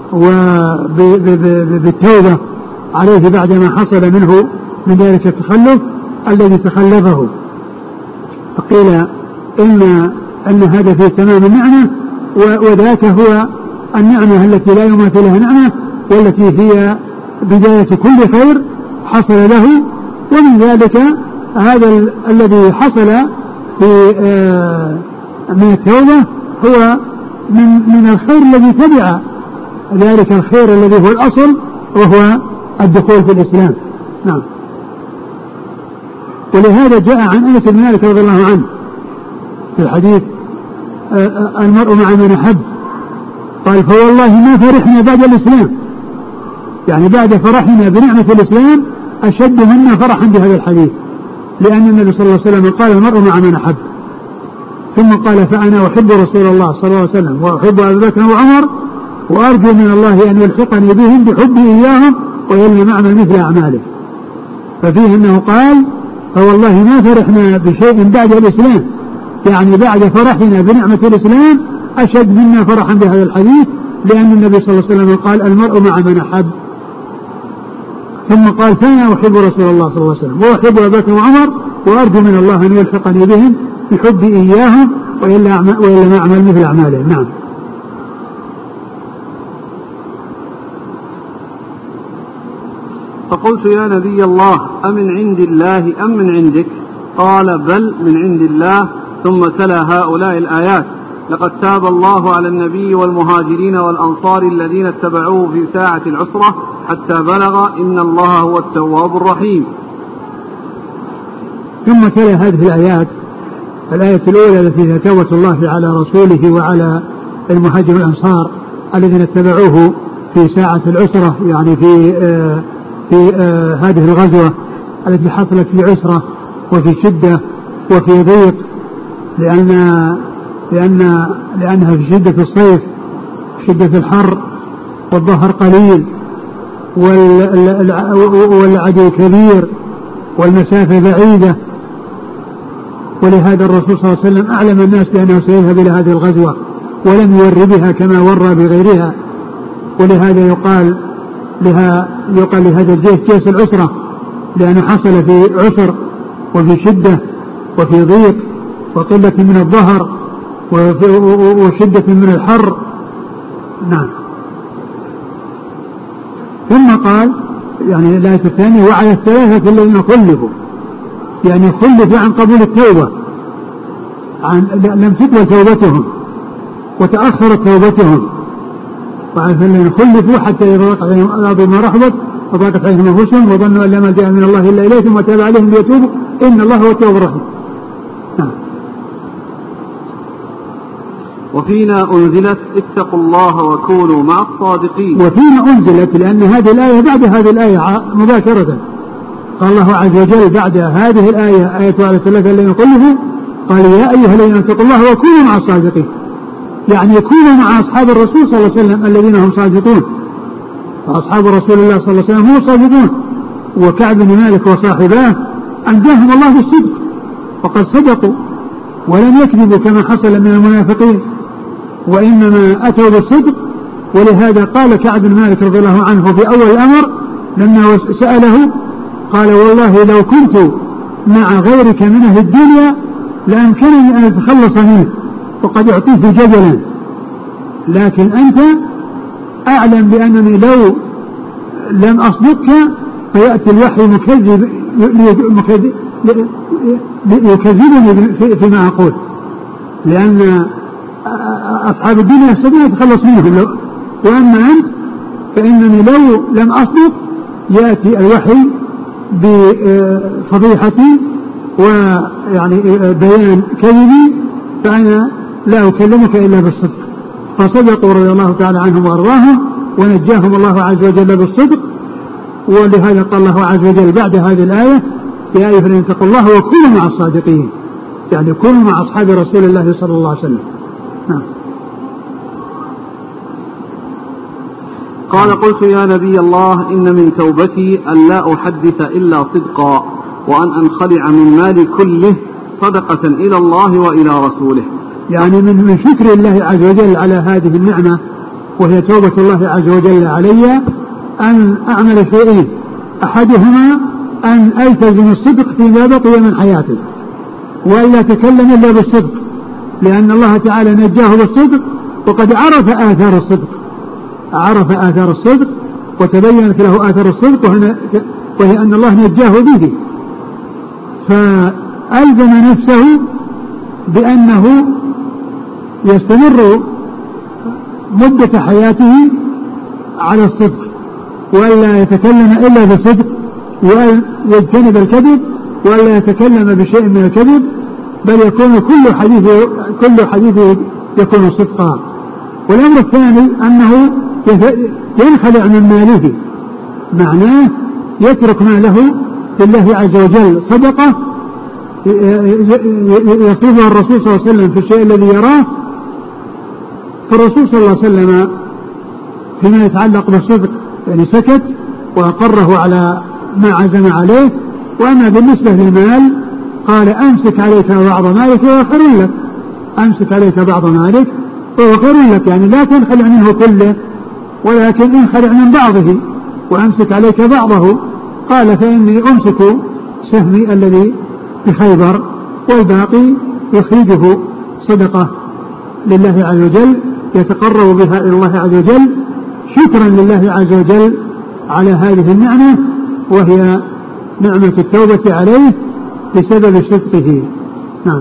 وبالتوبة عليه بعدما حصل منه من ذلك التخلف الذي تخلفه. فقيل أن هذا فيه تمام النعمة، وذاك هو النعمة التي لا يماثلها نعمة، والتي هي بداية كل خير حصل له. ومن ذلك هذا الذي حصل في من التوبة هو من الخير الذي تبع ذلك الخير الذي هو الأصل، وهو الدخول في الإسلام. نعم. ولهذا جاء عن أنس بن مالك رضي الله عنه في الحديث: المرء مع من أحب، قال: فوالله ما فرحنا بعد الإسلام، يعني بعد فرحنا بنعمة الإسلام أشد منا فرحا بهذا الحديث، لأن النبي صلى الله عليه وسلم قال: المرء مع من أحب، ثم قال: فأنا أحب رسول الله صلى الله عليه وسلم وأحب أبي بكر وعمر وأرجو من الله أن يلحقني بهم بحبي إياهم وإن أعمل مثل أعماله. ففيه أنه قال: فوالله ما فرحنا بشيء بعد الإسلام، يعني بعد فرحنا بنعمة الإسلام أشد منا فرحا بهذا الحديث، لأن النبي صلى الله عليه وسلم قال: المرء مع من أحب، ثم قال: فأنا أحب رسول الله صلى الله عليه وسلم وأحب أبي بكر وعمر وأرجو من الله أن يلحقني بهم بحبي إياهم وإلا ما أعمل مثل أعمالهم. نعم. فقلت: يا نبي الله، أمن عند الله أم من عندك؟ قال: بل من عند الله. ثم تلا هؤلاء الآيات: لقد تاب الله على النبي والمهاجرين والأنصار الذين اتبعوه في ساعة العسرة حتى بلغ إن الله هو التواب الرحيم. ثم تلا هذه الآيات: الآية الأولى التي هي توبة الله على رسوله وعلى المهاجر والأنصار الذين اتبعوه في ساعة العسرة، يعني في هذه الغزوة التي حصلت في عسرة وفي شدة وفي ضيق، لأنها في شدة الصيف، شدة الحر، والظهر قليل، والعدو كبير، والمسافة بعيدة. ولهذا الرسول صلى الله عليه وسلم أعلم الناس بأنه سيذهب إلى هذه الغزوة ولم يور بها كما ور بغيرها، ولهذا يقال لهذا الجيش جيش العسرة، لأنه حصل في عسر وفي شدة وفي ضيق وقلة من الظهر وشدة من الحر. نعم. ثم قال يعني الآية الثانية: وعلى الثلاثة الذين خلفوا، يعني خلفوا عن قبول التوبة، لم تقبل توبتهم وتأخرت توبتهم، وعلى الذين خلفوا حتى إذا ضاقت عليهم الأرض بما رحبت وضاقت عليهم أنفسهم وظنوا أن لا ملجأ من الله إلا إليه ثم تاب عليهم ليتوبوا إن الله هو التواب الرحيم. وفينا أنزلت اتقوا الله وكونوا مع الصادقين. وفينا أنزلت لأن هذه الآية بعد هذه الآية مباشرة. قال الله عز وجل بعد هذه الآية آية على الثلاثة الذين قلهم قال يا أيها الذين اتقوا الله وكونوا مع الصادقين، يعني يكونوا مع أصحاب الرسول صلى الله عليه وسلم الذين هم صادقون. فأصحاب رسول الله صلى الله عليه وسلم هم الصادقون، وكعب بن مالك وصاحباه أنجاهم الله بالصدق وقد صدقوا ولم يكذبوا كما حصل من المنافقين، وإنما أتوا بالصدق. ولهذا قال كعب بن مالك رضي الله عنه في أول الأمر لما سأله قال والله لو كنت مع غيرك من أهل الدنيا لأمكنني أن أتخلص منه وقد أعطيت جبلا، لكن أنت أعلم بأنني لو لم أصدقك فيأتي الوحي يكذبني فيما أقول، لأن أصحاب الدنيا يستطيعون أن يتخلص منهم، وأما أنت فإنني لو لم أصدق يأتي الوحي بفضيحتي ويعني بيان كذبي، فأنا لا أكلمك إلا بالصدق. فصدقوا رضي الله تعالى عنهم وأرضاهم ونجاهم الله عز وجل بالصدق. ولهذا قال الله عز وجل بعد هذه الآية يا أيها الذين اتقوا الله وكونوا مع الصادقين، يعني كونوا مع أصحاب رسول الله صلى الله عليه وسلم. قال قلت يا نبي الله إن من توبتي أن لا أحدث إلا صدقا وأن أنخلع من مالي كله صدقة إلى الله وإلى رسوله. يعني من شكر الله عز وجل على هذه النعمة وهي توبة الله عز وجل علي أن أعمل شيئين، أحدهما أن ألتزم الصدق فيما بقي من حياتي وألا أتكلم إلا بالصدق، لأن الله تعالى نجاه بالصدق وقد عرف آثار الصدق، عرف آثار الصدق وتبينت له آثار الصدق وهي أن الله نجاه به، فألزم نفسه بأنه يستمر مدة حياته على الصدق وألا يتكلم إلا بالصدق وأن يجتنب الكذب وألا يتكلم بشيء من الكذب، بل يكون كل حديثه يكون صدقا. والأمر الثاني أنه ينخلع من ماله، معناه يترك ماله لله عز وجل صدقة يصرفها الرسول صلى الله عليه وسلم في الشيء الذي يراه. فالرسول صلى الله عليه وسلم فيما يتعلق بالصدق يعني سكت وأقره على ما عزم عليه، وأما بالنسبة للمال قال أمسك عليك بعض مالك وهو خير لك، أمسك عليك بعض مالك وهو خير لك، يعني لا تنخلع منه كله ولكن انخلع من بعضه وأمسك عليك بعضه. قال فإني أمسك سهمي الذي بخيبر والباقي يخرجه صدقة لله عز وجل يتقرب بها إلى الله عز وجل شكرا لله عز وجل على هذه النعمة وهي نعمة التوبة عليه بسبب صدقه. نعم.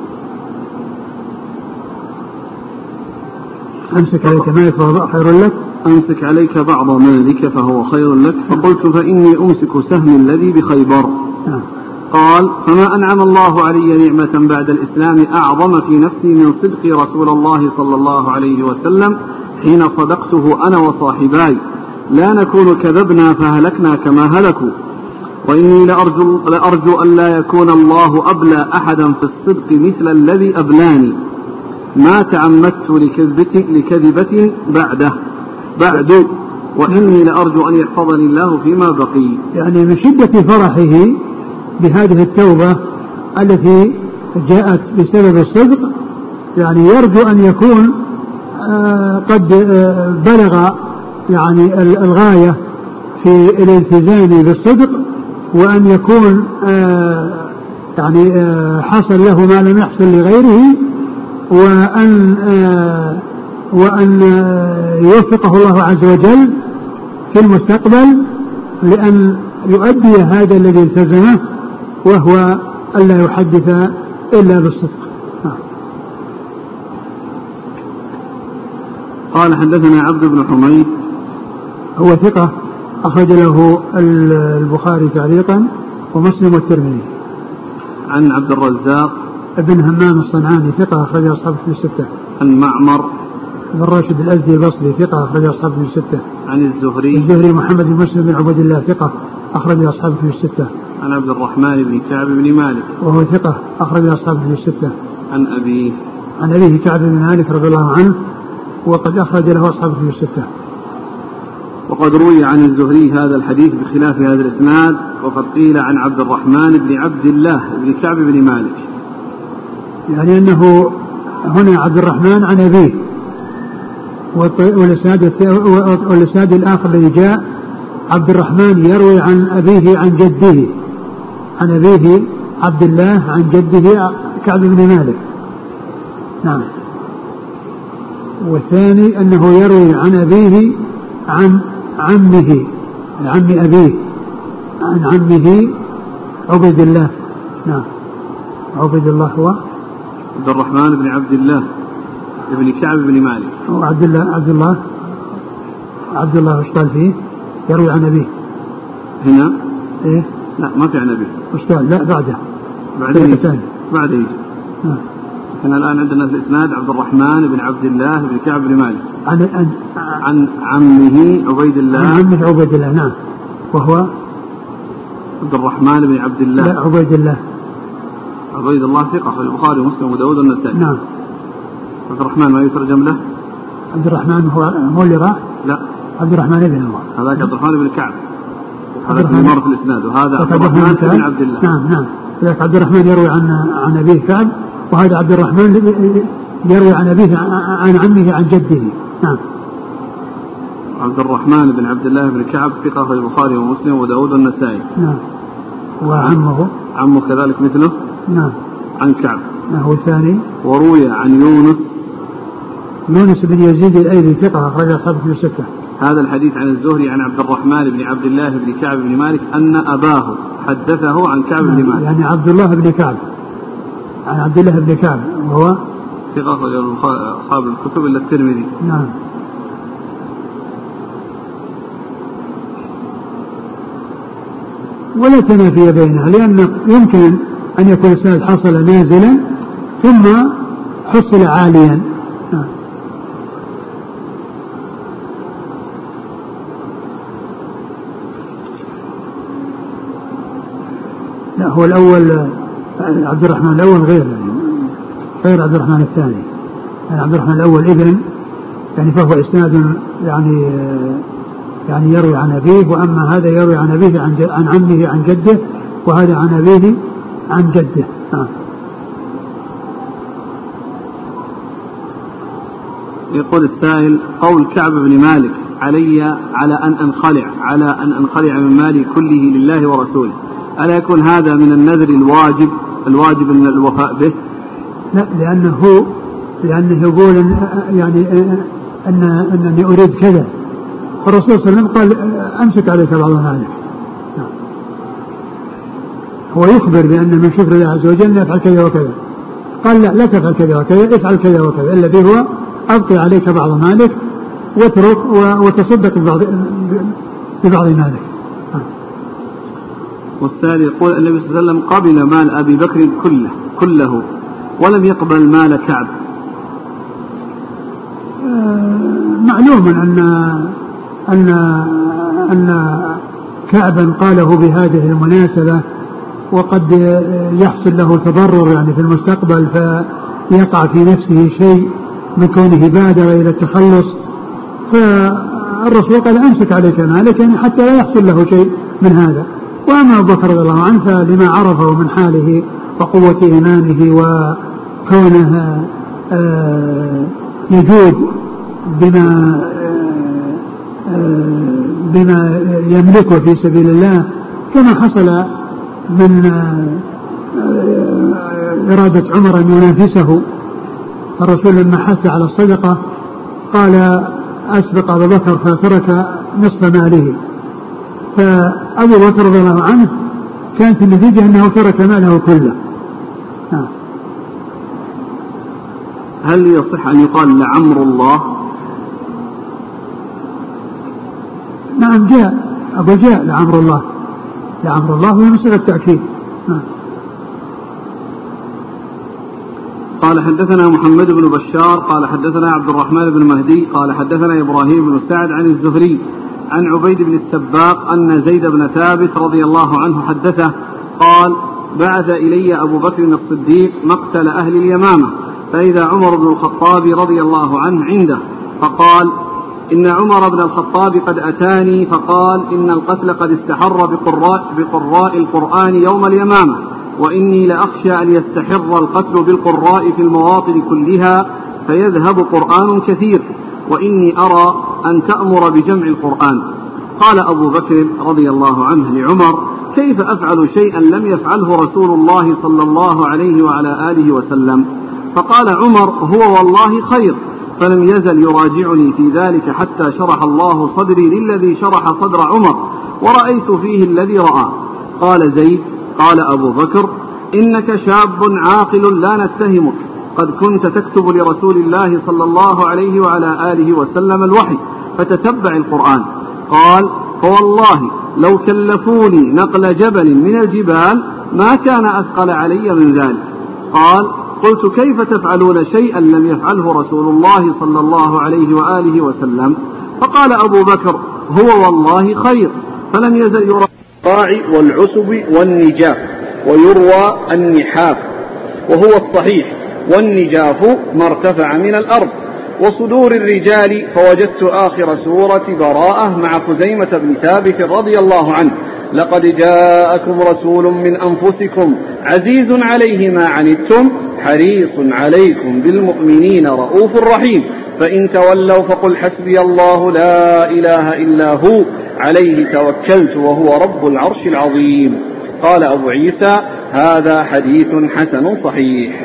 أمسك عليك مالك فهو خير لك، أمسك عليك بعض مالك فهو خير لك. فقلت فإني أمسك سهمي الذي بخيبر. قال فما أنعم الله علي نعمة بعد الإسلام أعظم في نفسي من صدق رسول الله صلى الله عليه وسلم حين صدقته أنا وصاحباي، لا نكون كذبنا فهلكنا كما هلكوا، وإني لأرجو أن لا يكون الله أبلى أحدا في الصدق مثل الذي أبلاني، ما تعمدت لكذبة بعد وإني لأرجو أن يحفظني الله فيما بقي. يعني من شدة فرحه بهذه التوبة التي جاءت بسبب الصدق، يعني يرجو أن يكون قد بلغ يعني الغاية في الالتزام بالصدق، وأن يكون يعني حصل له ما لم يحصل لغيره، وأن يوفقه الله عز وجل في المستقبل لأن يؤدي هذا الذي التزمه وهو ألا يحدث إلا بالصدق. قال حدثنا عبد بن حميد هو ثقة أخرج له البخاري تعليقا ومسلم والترمذي. عن عبد الرزاق ابن همام الصنعاني ثقة أخرج أصحابه في الستة. عن معمر بن راشد الأزدي البصري ثقة أخرج أصحابه في الستة. عن الزهري محمد بن مسلم بن عبد الله ثقة أخرج أصحابه في الستة. عن عبد الرحمن بن كعب بن مالك وهو ثقة أخرج أصحابه في الستة. عن أبيه كعب بن مالك رضي الله عنه وقد أخرج له أصحابه في الستة. وقد روي عن الزهري هذا الحديث بخلاف هذا الإسناد، وقد قيل عن عبد الرحمن بن عبد الله بن كعب بن مالك، يعني أنه هنا عبد الرحمن عن أبيه، والإسناد الآخر الذي جاء عبد الرحمن يروي عن أبيه عن جده، عن أبيه عبد الله عن جده كعب بن مالك. نعم. والثاني أنه يروي عن أبيه عن عمه، عم أبيه، عن عمه عبيد الله. نعم. عبيد الله هو عبد الرحمن بن عبد الله ابن كعب بن مالك. عبد الله وش قال فيه؟ يروي عن أبيه هنا؟ إيه؟ لا ما في عن أبيه. وش قال؟ لا بعده بعده. احنا الآن عندنا في الإسناد عبد الرحمن بن عبد الله بن كعب بن مالك عن عمه عبيد الله. عن عمه عبيد الله. نعم. وهو عبد الرحمن بن عبد الله. لا عبيد الله ثقة في البخاري ومسلم وداود والنسائي. نعم. عبد الرحمن ما يترجم له؟ عبد الرحمن هو اللي راح؟ لا، عبد الرحمن بن هو هذاك عبد الرحمن بن كعب، هذا في مرة في الإسناد، وهذا عبد الرحمن بن عبد الله. نعم. ذاك عبد الرحمن يروي عن أبيه كعب، وهذا عبد الرحمن يروي عن أبيه عن عمه عن جده. نعم. عبد الرحمن بن عبد الله بن كعب ثقة في البخاري ومسلم وداود والنسائي. نعم. وعمه كذلك مثله. نعم. عن كعب. هو الثاني. وروي عن يونس بن يزيد الأيلي ثقة أخرج أصحابه في الستة. هذا الحديث عن الزهري عن عبد الرحمن بن عبد الله بن كعب بن مالك أن أباه حدثه عن كعب بن مالك. يعني عبد الله بن كعب عن عبد الله بن كعب وهو ثقة أخرج أصحاب الكتب إلا الترمذي. نعم. ولا تنافي بينها، لأن يمكن أن يكون السند حصل نازلا ثم حصل عاليا. لا، هو الأول عبد الرحمن الأول غير عبد الرحمن الثاني. يعني عبد الرحمن الأول ابن، يعني فهو إسناد يعني يروي عن أبيه، وأما هذا يروي عن أبيه عن عمه عن جده، وهذا عن أبيه عن جده. يقول السائل: قول كعب بن مالك علي على أن أنخلع من مالي كله لله ورسوله، ألا يكون هذا من النذر الواجب من الوفاء به؟ لا، لأنه يقول يعني أنني أريد كذا، فالرسول صلى الله عليه وسلم قال أمسك عليك بعض مالك. هو يخبر بأن من شكر الله عز وجل يفعل كذا وكذا، قال لا تفعل كذا وكذا، افعل كذا وكذا، الذي هو أبقي عليك بعض مالك واترك وتصدق ببعض مالك. والثاني يقول: النبي صلى الله عليه وسلم قبل مال أبي بكر كله ولم يقبل مال كعب. معلوم أن كعبا قاله بهذه المناسبة، وقد يحصل له تضرر يعني في المستقبل، فيقع في نفسه شيء من كونه بادر إلى التخلص، فالرسول قال أمسك عليك مالك، يعني حتى لا يحصل له شيء من هذا. وأما أبو بكر رضي الله عنه فلما عرفه من حاله وقوة إيمانه وكونه يجود بما يملكه في سبيل الله، كما حصل من إرادة عمر أن ينافسه. الرسول لما حث على الصدقة قال أسبق أبو بكر فترك نصف ماله، فأبو بكر رضي الله عنه كانت النتيجة أنه ترك ماله كله. هل يصح أن يقال لعمر الله؟ نعم، جاء لعمر الله وهي مسألة التأكيد. قال حدثنا محمد بن بشار قال حدثنا عبد الرحمن بن مهدي قال حدثنا إبراهيم بن سعد عن الزهري عن عبيد بن السباق أن زيد بن ثابت رضي الله عنه حدثه قال بعث إلي أبو بكر الصديق مقتل أهل اليمامة فإذا عمر بن الخطاب رضي الله عنه عنده فقال إن عمر بن الخطاب قد أتاني فقال إن القتل قد استحر بقراء القرآن يوم اليمامة وإني لأخشى أن يستحر القتل بالقراء في المواطن كلها فيذهب قرآن كثير وإني أرى أن تأمر بجمع القرآن. قال أبو بكر رضي الله عنه لعمر كيف أفعل شيئا لم يفعله رسول الله صلى الله عليه وعلى آله وسلم؟ فقال عمر هو والله خير فلم يزل يراجعني في ذلك حتى شرح الله صدري للذي شرح صدر عمر ورأيت فيه الذي رأى. قال زيد قال أبو بكر إنك شاب عاقل لا نتهمك قد كنت تكتب لرسول الله صلى الله عليه وعلى آله وسلم الوحي فتتبع القرآن. قال فوالله لو كلفوني نقل جبل من الجبال ما كان أثقل علي من ذلك. قال قلت كيف تفعلون شيئا لم يفعله رسول الله صلى الله عليه وآله وسلم؟ فقال أبو بكر هو والله خير فلم يزل يرى الطاع والعسب والنجاف ويروى النحاف وهو الصحيح والنجاف ما ارتفع من الأرض وصدور الرجال فوجدت آخر سورة براءة مع خزيمة بن ثابت رضي الله عنه لقد جاءكم رسول من أنفسكم عزيز عليه ما عنتم حريص عليكم بالمؤمنين رؤوف رحيم فإن تولوا فقل حسبي الله لا إله إلا هو عليه توكلت وهو رب العرش العظيم. قال أبو عيسى هذا حديث حسن صحيح.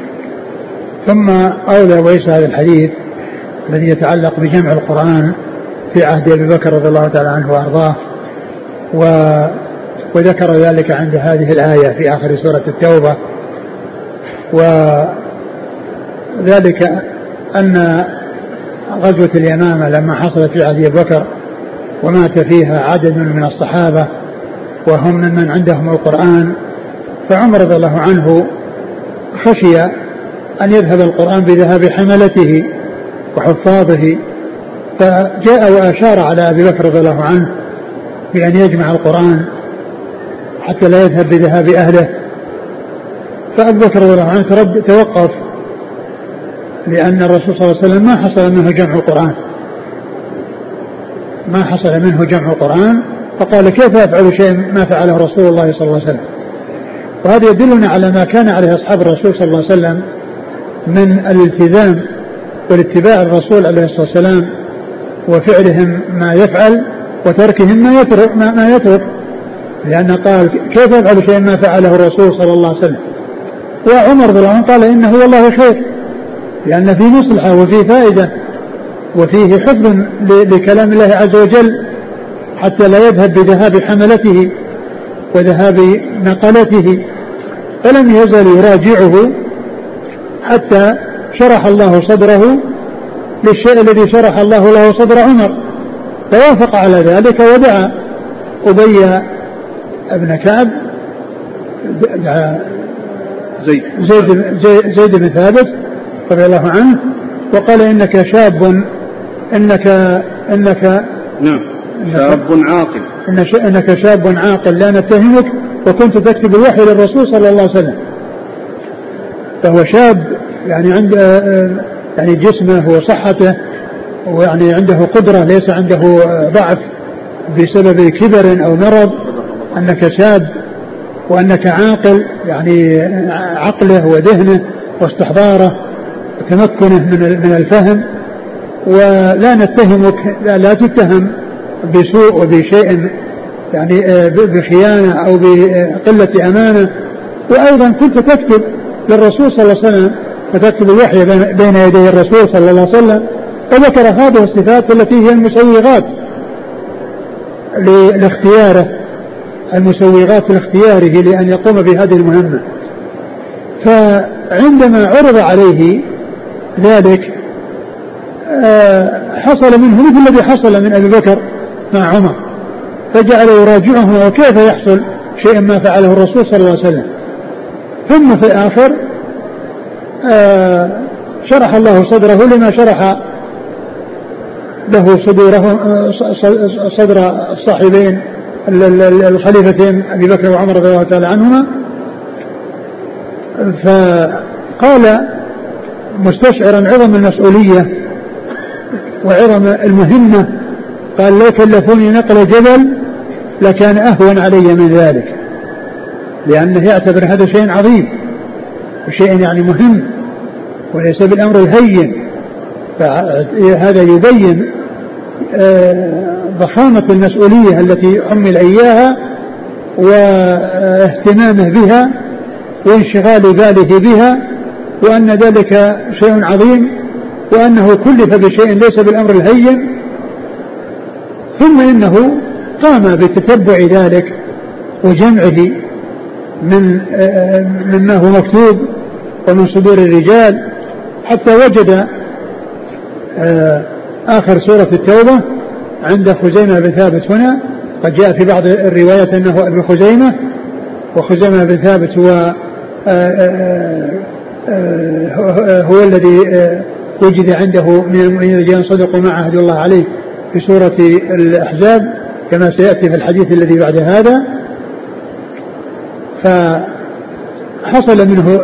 ثم أولى ويس هذا الحديث الذي يتعلق بجمع القرآن في عهد أبي بكر رضي الله تعالى عنه وأرضاه وذكر ذلك عند هذه الآية في آخر سورة التوبة وذلك أن غزوة اليمامة لما حصلت في عهد أبي بكر ومات فيها عدد من الصحابة وهم من عندهم القرآن فعمر رضي الله عنه خشي أن يذهب القرآن بذهاب حملته وحفاظه فجاء وأشار على أبي بكر رضي الله عنه بأن يجمع القرآن حتى لا يذهب بذهاب أهله. فأبو بكر رضي الله عنه توقف لأن الرسول صلى الله عليه وسلم ما حصل منه جمع القرآن فقال كيف أفعل شيء ما فعله رسول الله صلى الله عليه وسلم. وهذا يدلنا على ما كان عليه أصحاب الرسول صلى الله عليه وسلم من الالتزام والاتباع الرسول عليه الصلاة والسلام وفعلهم ما يفعل وتركهم ما يترك لأن قال كيف أفعل شيء ما فعله الرسول صلى الله عليه وسلم. وعمر رضي الله عنه قال إنه والله خير لأن فيه مصلحة وفيه فائدة وفيه حفظ لكلام الله عز وجل حتى لا يذهب بذهاب حملته وذهاب نقلته. فلم يزل يراجعه حتى شرح الله صدره للشيء الذي شرح الله له صدر عمر فوافق على ذلك ودعا أبي ابن كعب زيد بن ثابت رضي الله عنه وقال إنك شاب عاقل إنك شاب عاقل لا نتهمك وكنت تكتب الوحي للرسول صلى الله عليه وسلم. فهو شاب يعني عنده يعني جسمه وصحته ويعني عنده قدرة ليس عنده ضعف بسبب كبر أو مرض. أنك شاب وأنك عاقل يعني عقله وذهنه واستحضاره وتمكنه من الفهم ولا نتهمك لا تتهم بسوء وبشيء يعني بخيانة أو بقلة أمانة. وأيضا كنت تكتب للرسول صلى الله عليه وسلم فتكتب الوحي بين يدي الرسول صلى الله عليه وسلم. وذكر هذه الصفات التي هي المسوغات لاختياره المسوغات لاختياره لأن يقوم بهذه المهمة. فعندما عرض عليه ذلك حصل منه مثل الذي حصل من أبي بكر مع عمر فجعل يراجعه وكيف يحصل شيء ما فعله الرسول صلى الله عليه وسلم. ثم في الآخر شرح الله صدره لما شرح له صدر الصاحبين الخليفتين أبي بكر وعمر رضي الله تعالى عنهما. فقال مستشعرا عظم المسؤولية وعظم المهمة، قال لو كلفوني نقل جبل لكان أهون علي من ذلك، لأنه يعتبر هذا شيء عظيم وشيء يعني مهم وليس بالأمر الهين. فهذا يبين ضخامة المسؤولية التي حمل إياها واهتمامه بها وانشغال باله بها، وأن ذلك شيء عظيم وأنه كلف بشيء ليس بالأمر الهين. ثم إنه قام بتتبع ذلك وجمعه مما هو مكتوب ومن صدور الرجال حتى وجد آخر سورة التوبة عند خزيمة بن ثابت. هنا قد جاء في بعض الروايات أنه ابن خزيمة، وخزيمة بن ثابت هو الذي وجد عنده من المؤمنين رجال صدقوا ما عهدوا الله عليه في سورة الأحزاب كما سيأتي في الحديث الذي بعد هذا. فحصل منه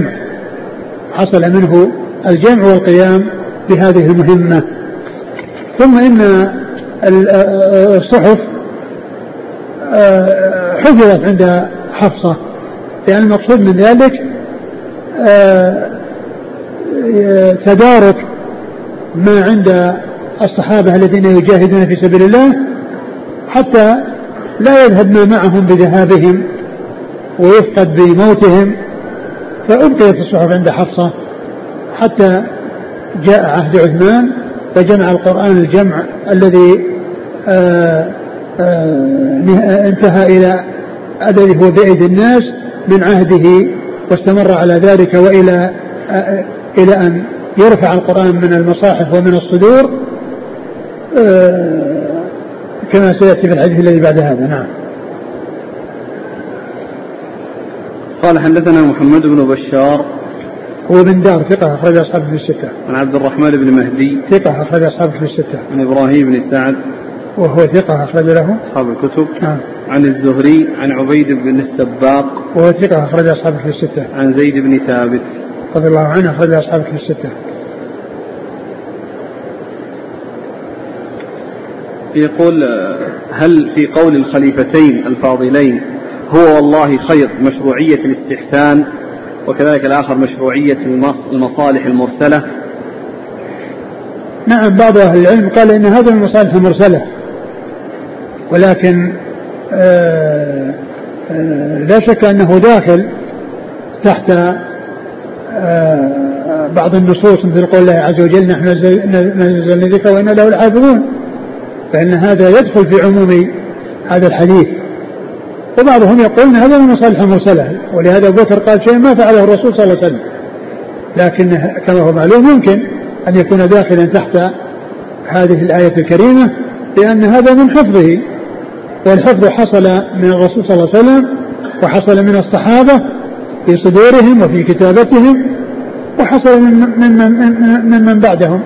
الجمع والقيام بهذه المهمة. ثم إن الصحف حفظت عند حفصة، لأن المقصود من ذلك تدارك ما عند الصحابة الذين يجاهدون في سبيل الله حتى لا يذهب ما معهم بذهابهم ويفقد بموتهم. فأبقيت الصحف عند حفصة حتى جاء عهد عثمان فجمع القرآن الجمع الذي انتهى إلى الذي هو بأيدي الناس من عهده، واستمر على ذلك وإلى أن يرفع القرآن من المصاحف ومن الصدور كما سيأتي في الحديث الذي بعد هذا. نعم. قال حدثنا محمد بن بشار هو بن دار ثقة أخرج أصحابه في الستة. عن عبد الرحمن بن مهدي ثقة أخرج أصحابه في الستة. عن إبراهيم بن سعد وهو ثقة أخرج له أصحاب الكتب. نعم. عن الزهري عن عبيد بن السباق وهو ثقة أخرج أصحابه في الستة. عن زيد بن ثابت رضي الله عنه أخرج أصحابه في الستة. يقول هل في قول الخليفتين الفاضلين هو والله خير مشروعية الاستحسان، وكذلك الآخر مشروعية المصالح المرسلة؟ نعم، بعض أهل العلم قال إن هذا المصالح المرسلة، ولكن لا شك أنه داخل تحت بعض النصوص مثل قول الله عز وجل نحن نزلنا الذكر وإنا له لحافظون، فإن هذا يدخل في عموم هذا الحديث. وبعضهم يقول أن هذا من المصالح المرسلة، ولهذا أبو بكر قال شيء ما فعله الرسول صلى الله عليه وسلم، لكن كما هو معلوم يمكن أن يكون داخلا تحت هذه الآية الكريمة، لأن هذا من حفظه، والحفظ حصل من الرسول صلى الله عليه وسلم وحصل من الصحابة في صدورهم وفي كتابتهم وحصل من بعدهم.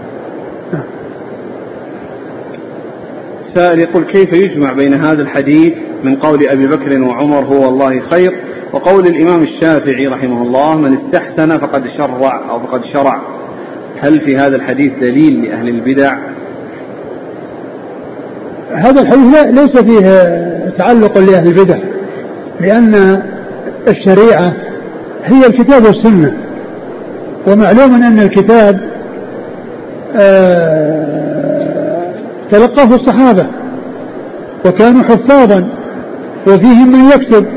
سائل يقول كيف يجمع بين هذا الحديث من قول أبي بكر وعمر هو والله خير وقول الإمام الشافعي رحمه الله من استحسن فقد شرع أو فقد شرع؟ هل في هذا الحديث دليل لأهل البدع؟ هذا الحديث ليس فيه تعلق لأهل البدع، لأن الشريعة هي الكتاب والسنة، ومعلوم أن الكتاب تلقاه الصحابة وكانوا حفاظا وفيهم من يكتب،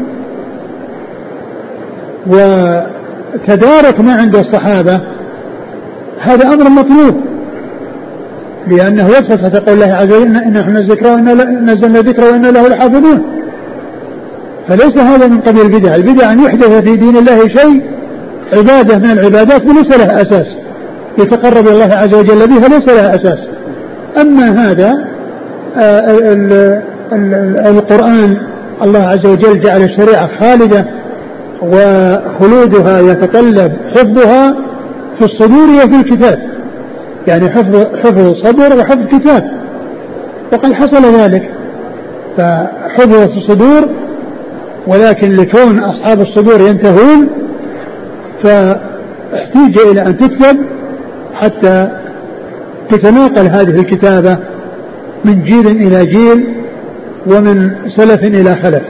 وتدارك ما عند الصحابة هذا أمر مطلوب، لأنه يدخل تحت قول الله عز وجل إن نحن نزلنا الذكر وإنا له لحافظون. فليس هذا من قبيل البدع. البدع أن يحدث في دين الله شيء عبادة من العبادات وليس لها أساس يتقرب الله عز وجل بها، ليس لها أساس. أما هذا القرآن الله عز وجل جعل الشريعة خالدة وخلودها يتطلب حفظها في الصدور وفي الكتاب، يعني حفظ صدر وحفظ كتاب، وقد حصل ذلك، فحفظ في الصدور، ولكن لكون أصحاب الصدور ينتهون فاحتيج إلى أن تكتب حتى تتناقل هذه الكتابة من جيل إلى جيل ومن سلف إلى خلف.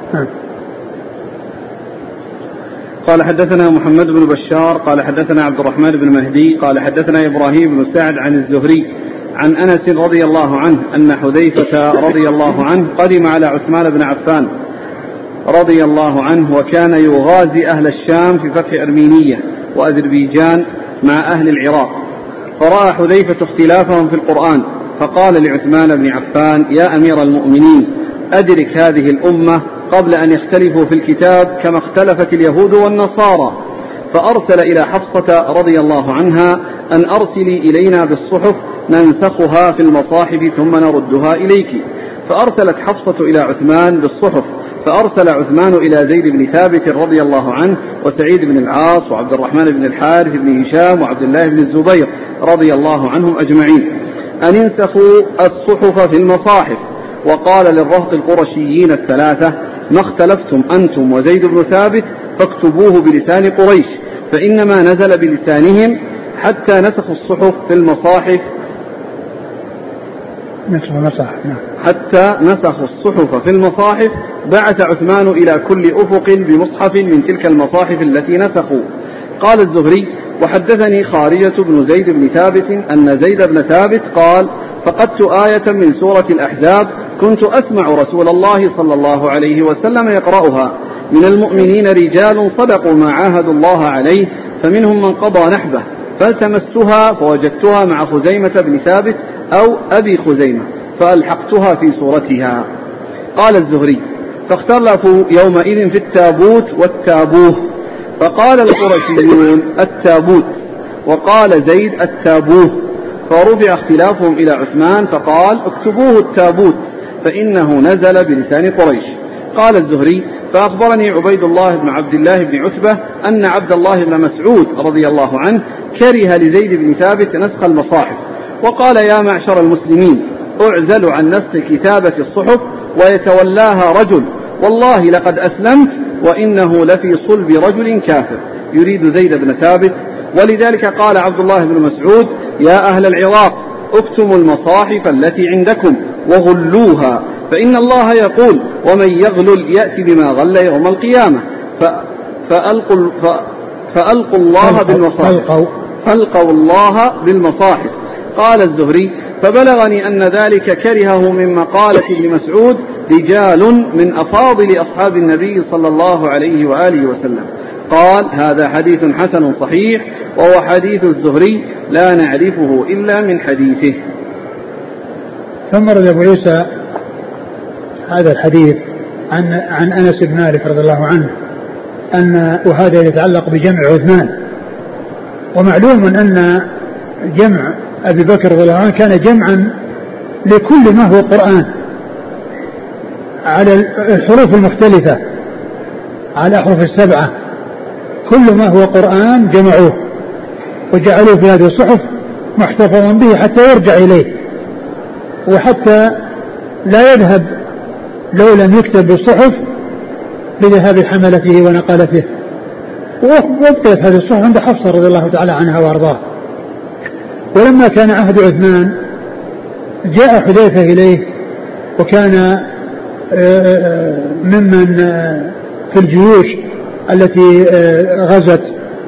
قال حدثنا محمد بن بشار قال حدثنا عبد الرحمن بن مهدي قال حدثنا إبراهيم بن سعد عن الزهري عن أنس رضي الله عنه أن حذيفة رضي الله عنه قدم على عثمان بن عفان رضي الله عنه وكان يغازي أهل الشام في فتح أرمينية وأذربيجان مع أهل العراق، فرأى حذيفة اختلافهم في القرآن فقال لعثمان بن عفان: يا أمير المؤمنين، أدرك هذه الأمة قبل أن يختلفوا في الكتاب كما اختلفت اليهود والنصارى. فأرسل إلى حفصة رضي الله عنها أن أرسلي إلينا بالصحف ننسخها في المصاحف ثم نردها إليك. فأرسلت حفصة إلى عثمان بالصحف، فأرسل عثمان إلى زيد بن ثابت رضي الله عنه وسعيد بن العاص وعبد الرحمن بن الحارث بن هشام وعبد الله بن الزبير رضي الله عنهم أجمعين أن انسخوا الصحف في المصاحف، وقال للرهط القرشيين الثلاثة: ما اختلفتم أنتم وزيد بن ثابت فاكتبوه بلسان قريش، فإنما نزل بلسانهم حتى نسخوا الصحف في المصاحف حتى نسخوا الصحف في المصاحف. بعث عثمان إلى كل أفق بمصحف من تلك المصاحف التي نسخوا. قال الزهري: وحدثني خارجة بن زيد بن ثابت أن زيد بن ثابت قال: فقدت آية من سورة الأحزاب كنت أسمع رسول الله صلى الله عليه وسلم يقرأها: من المؤمنين رجال صدقوا ما عاهدوا الله عليه فمنهم من قضى نحبه، فالتمستها فوجدتها مع خزيمة بن ثابت أو أبي خزيمة فألحقتها في صورتها. قال الزهري: فاختلفوا يومئذ في التابوت والتابوه، فقال القرشيون التابوت وقال زيد التابوه، فرفع اختلافهم إلى عثمان فقال: اكتبوه التابوت فإنه نزل بلسان قريش. قال الزهري: فأخبرني عبيد الله بن عبد الله بن عتبة أن عبد الله بن مسعود رضي الله عنه كره لزيد بن ثابت نسخ المصاحف، وقال: يا معشر المسلمين، أعزل عن نسخ كتابة الصحف ويتولاها رجل، والله لقد أسلمت وإنه لفي صلب رجل كافر، يريد زيد بن ثابت. ولذلك قال عبد الله بن مسعود: يا أهل العراق، اكتموا المصاحف التي عندكم وغلوها، فإن الله يقول: ومن يغلل يأتي بما غل يوم القيامة. فألقوا الله بالمصاحف. قال الزهري: فبلغني أن ذلك كرهه من مقالة ابن مسعود رجال من أفاضل أصحاب النبي صلى الله عليه وآله وسلم. قال: هذا حديث حسن صحيح، وهو حديث الزهري لا نعرفه إلا من حديثه. ثم رد أبو عيسى هذا الحديث عن أنس بن مالك رضي الله عنه وهذا يتعلق بجمع عثمان. ومعلوم أن جمع أبي بكر رضي الله عنه كان جمعا لكل ما هو قرآن على الحروف المختلفة، على الأحرف السبعة، كل ما هو قرآن جمعوه وجعلوه في هذه الصحف محتفظا به حتى يرجع إليه، وحتى لا يذهب لو لم يكتب بالصحف لذهاب حملته ونقلته. وابقيت هذه الصحف عند حفصة رضي الله تعالى عنها وارضاه. ولما كان عهد عثمان جاء حذيفة إليه، وكان ممن في الجيوش التي غزت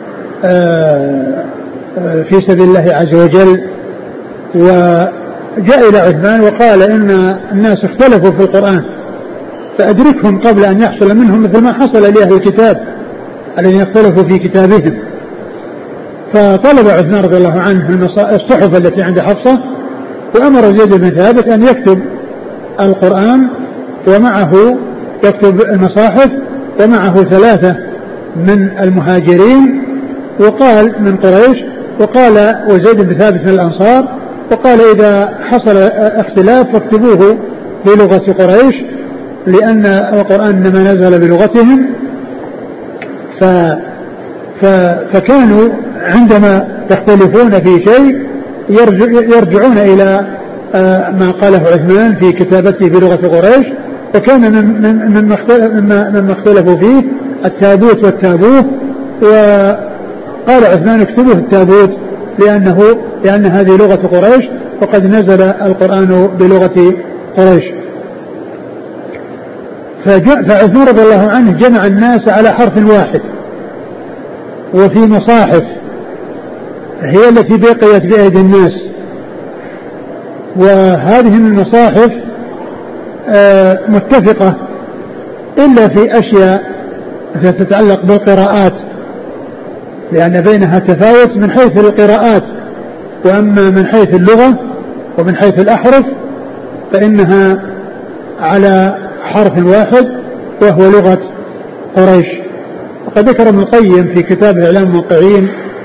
في سبيل الله عز وجل، وجاء إلى عثمان وقال: إن الناس اختلفوا في القرآن فأدركهم قبل أن يحصل منهم مثل ما حصل لأهل الكتاب الذين اختلفوا في كتابهم. فطلب عثمان رضي الله عنه الصحف التي عند حفصة، وأمر زيد بن ثابت أن يكتب القرآن ومعه يكتب المصاحف، ومعه 3 من المهاجرين وقال من قريش، وقال وزيد بن ثابت من الأنصار، وقال: إذا حصل اختلاف فاكتبوه بلغة قريش، لأن القرآن إنما نزل بلغتهم، فكانوا عندما يختلفون في شيء يرجعون إلى ما قاله عثمان في كتابته بلغة قريش، وكان مما اختلفوا فيه التابوت والتابوه، وقال عثمان اكتبوه التابوت لأن هذه لغة قريش وقد نزل القرآن بلغة قريش. فعثمان رضي الله عنه جمع الناس على حرف واحد وفي مصاحف هي التي بقيت بأيدي الناس، وهذه المصاحف متفقة إلا في أشياء تتعلق بالقراءات، لأن بينها تفاوت من حيث القراءات، وأما من حيث اللغة ومن حيث الأحرف فإنها على حرف واحد وهو لغة قريش. وقد ذكر ابن القيم في كتاب إعلام الموقعين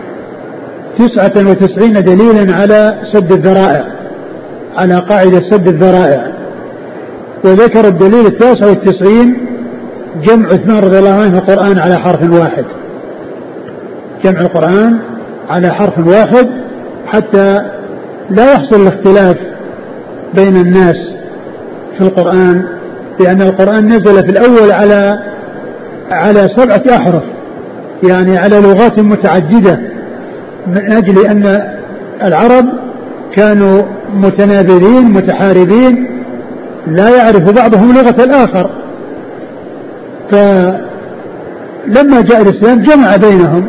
99 دليلا على سد الذرائع، على قاعدة سد الذرائع، وذكر الدليل 99 جمع عثمان رضي الله عنه القرآن على حرف واحد، جمع القرآن على حرف واحد حتى لا يحصل الاختلاف بين الناس في القرآن، لأن القرآن نزل في الأول على 7 أحرف، يعني على لغات متعددة، من أجل أن العرب كانوا متنابذين متحاربين لا يعرف بعضهم لغة الآخر، فلما جاء الإسلام جمع بينهم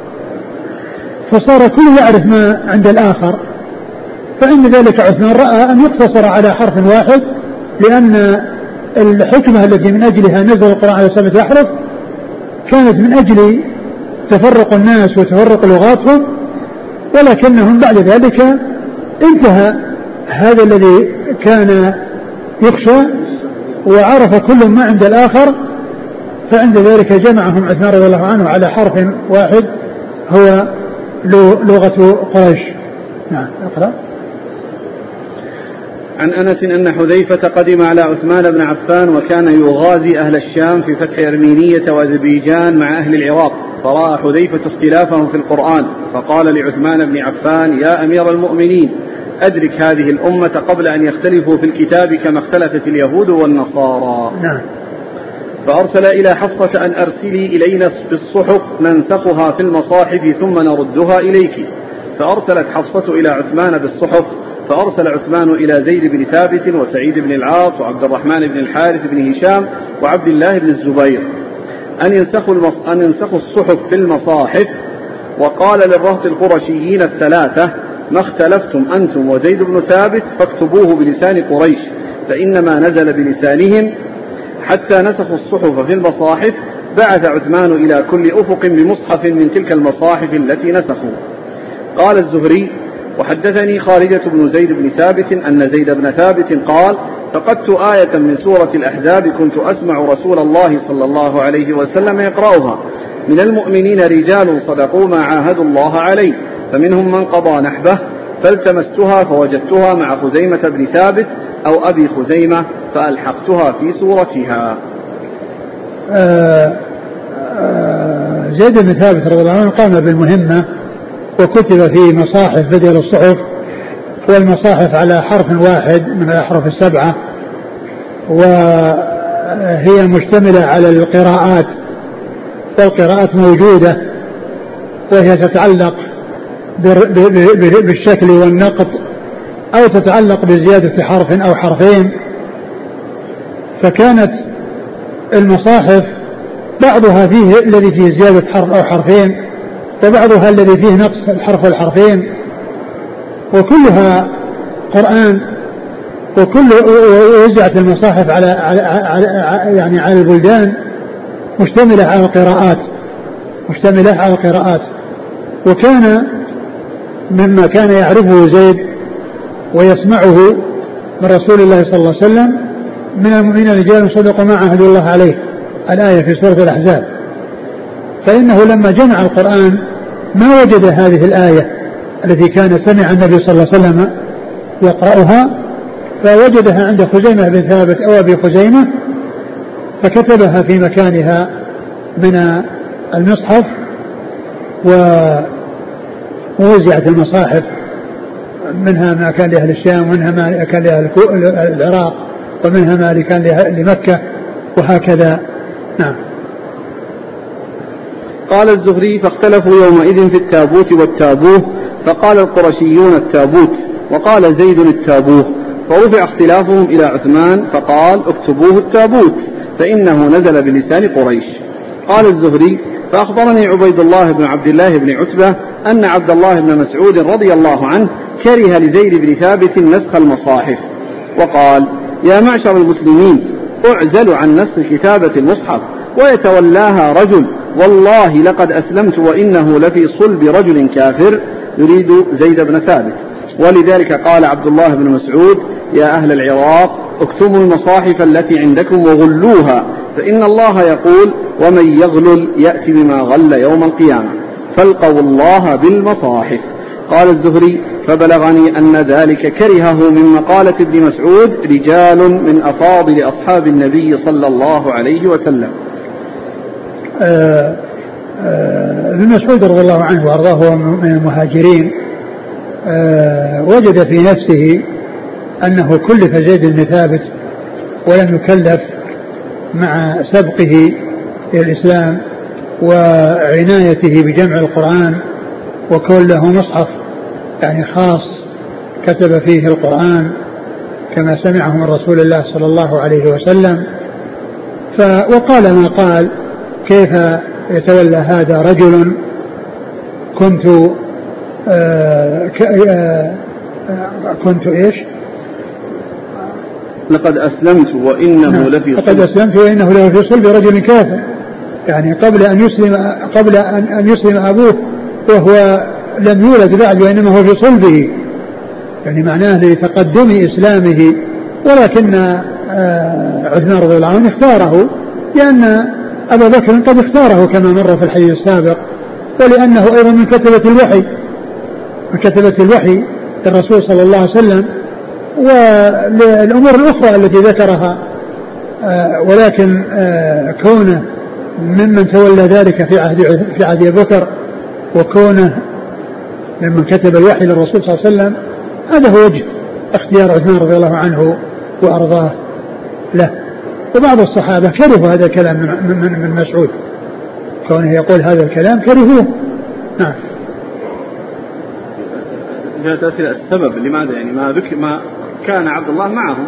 فصار كل يعرف ما عند الآخر. فعند ذلك عثمان رأى أن يقتصر على حرف واحد، لأن الحكمة التي من أجلها نزل القرآن على 7 أحرف كانت من أجل تفرق الناس وتفرق لغاتهم، ولكنهم بعد ذلك انتهى هذا الذي كان يخشى وعرف كل ما عند الآخر، فعند ذلك جمعهم عثمان رضي الله عنه على حرف واحد هو لغة قريش. نعم اقرأ. عن أنس أن حذيفة قدم على عثمان بن عفان وكان يغازي أهل الشام في فتح أرمينية وأذربيجان مع أهل العراق، فرأى حذيفة اختلافهم في القرآن فقال لعثمان بن عفان: يا أمير المؤمنين، أدرك هذه الأمة قبل أن يختلفوا في الكتاب كما اختلفت اليهود والنصارى. نعم. فأرسل إلى حفصة أن أرسلي إلينا بالصحف ننسخها في المصاحف ثم نردها إليك، فأرسلت حفصة إلى عثمان بالصحف، فأرسل عثمان إلى زيد بن ثابت وسعيد بن العاص وعبد الرحمن بن الحارث بن هشام وعبد الله بن الزبير أن ينسخوا الصحف في المصاحف، وقال للرهط القرشيين 3: ما اختلفتم أنتم وزيد بن ثابت فاكتبوه بلسان قريش، فإنما نزل بلسانهم. حتى نسخوا الصحف في المصاحف بعث عثمان إلى كل أفق بمصحف من تلك المصاحف التي نسخوا. قال الزهري: وحدثني خارجة بن زيد بن ثابت أن زيد بن ثابت قال: فقدت آية من سورة الأحزاب كنت أسمع رسول الله صلى الله عليه وسلم يقرأها: من المؤمنين رجال صدقوا ما عاهدوا الله عليه فمنهم من قضى نحبه، فالتمستها فوجدتها مع خزيمة بن ثابت أو أبي خزيمة فألحقتها في سورتها. زيد بن ثابت رضي الله عنه قام بالمهمة وكتب في مصاحف بدل الصحف، والمصاحف على حرف واحد من الأحرف 7، وهي مشتملة على القراءات، والقراءات موجودة وهي تتعلق بالشكل والنقط أو تتعلق بزيادة حرف أو حرفين. فكانت المصاحف بعضها فيه الذي فيه زيادة حرف أو حرفين، وبعضها الذي فيه نقص الحرف والحرفين، وكلها قرآن، ووزعت المصاحف على البلدان مشتملة على القراءات. وكان مما كان يعرفه زيد ويسمعه من رسول الله صلى الله عليه وسلم: من المؤمنين رجال صدقوا ما عاهدوا الله عليه، الآية في سورة الأحزاب. فإنه لما جمع القرآن ما وجد هذه الآية التي كان سمع النبي صلى الله عليه وسلم يقرأها، فوجدها عند خزيمة بن ثابت أو أبي خزيمة، فكتبها في مكانها من المصحف ووزعت المصاحف، منها ما كان لأهل الشام ومنها ما كان لأهل العراق ومنها ما كان لمكة وهكذا. نعم. قال الزهري فاختلفوا يومئذ في التابوت والتابوه، فقال القرشيون التابوت وقال زيد التابوه، فرفع اختلافهم إلى عثمان فقال اكتبوه التابوت فإنه نزل بلسان قريش. قال الزهري فأخبرني عبيد الله بن عبد الله بن عتبة أن عبد الله بن مسعود رضي الله عنه كره لزيد بن ثابت نسخ المصاحف وقال يا معشر المسلمين أعزل عن نسخ كتابة المصحف ويتولاها رجل، والله لقد أسلمت وإنه لفي صلب رجل كافر، يريد زيد بن ثابت. ولذلك قال عبد الله بن مسعود يا أهل العراق اكتبوا المصاحف التي عندكم وغلوها، فإن الله يقول ومن يغلل يأتي بما غل يوم القيامة، فالقوا الله بالمصاحف. قال الزهري فبلغني أن ذلك كرهه من مقالة ابن مسعود رجال من أفاضل أصحاب النبي صلى الله عليه وسلم. ابن مسعود رضي الله عنه وأرضاه من المهاجرين وجد في نفسه أنه كلف زيد بن ثابت ولم يكلف مع سبقه إلى الإسلام وعنايته بجمع القرآن، وكون له مصحف يعني خاص كتب فيه القرآن كما سمعه من رسول الله صلى الله عليه وسلم. وقال ما قال كيف يتولى هذا رجل كنت إيش لقد أسلمت وإنه لفي صلب، لقد أسلمت وإنه لفي صلب رجل كافر، يعني قبل أن يسلم أبوه وهو لم يولد بعد وإنما هو في صلبه، يعني معناه لتقدم إسلامه. ولكن عثمان رضي الله عنه اختاره لأن أبا بكر قد اختاره كما مر في الحديث السابق، ولأنه أيضا من كتبة الوحي للرسول صلى الله عليه وسلم والأمور الأخرى التي ذكرها. ولكن كونه ممن تولى ذلك في عهد أبي بكر وكونه ممن كتب الوحي للرسول صلى الله عليه وسلم، هذا هو وجه اختيار عثمان رضي الله عنه وأرضاه له. وبعض الصحابة كرهوا هذا الكلام من مسعود، كونه يقول هذا الكلام كرهوه. نعم. جاءت أسئلة السبب لماذا يعني ما كان عبد الله معه،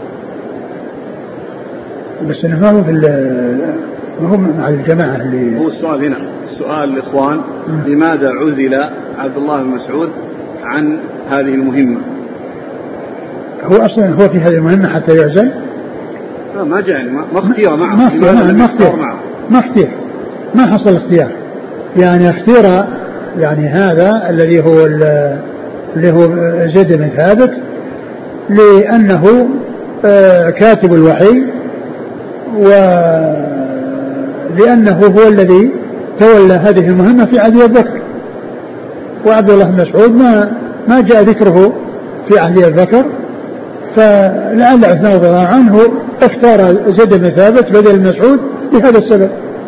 بس إنه ما هو مع الجماعة اللي هو السؤال هنا. السؤال الإخوان لماذا عزل عبد الله بن مسعود عن هذه المهمة؟ هو أصلا هو في هذه المهمة حتى يعزل؟ ما جاء يعني ما اختير معه، ما اختير، ما حصل اختيار، يعني اختير يعني هذا الذي هو زيد بن ثابت لأنه كاتب الوحي، ولأنه هو الذي تولى هذه المهمة في عهد أبي بكر، وعبد الله بن مسعود ما جاء ذكره في عهد أبي بكر، فلعل عثمان رضي الله عنه اختار زيد بن ثابت بدل مسعود لهذا السبب.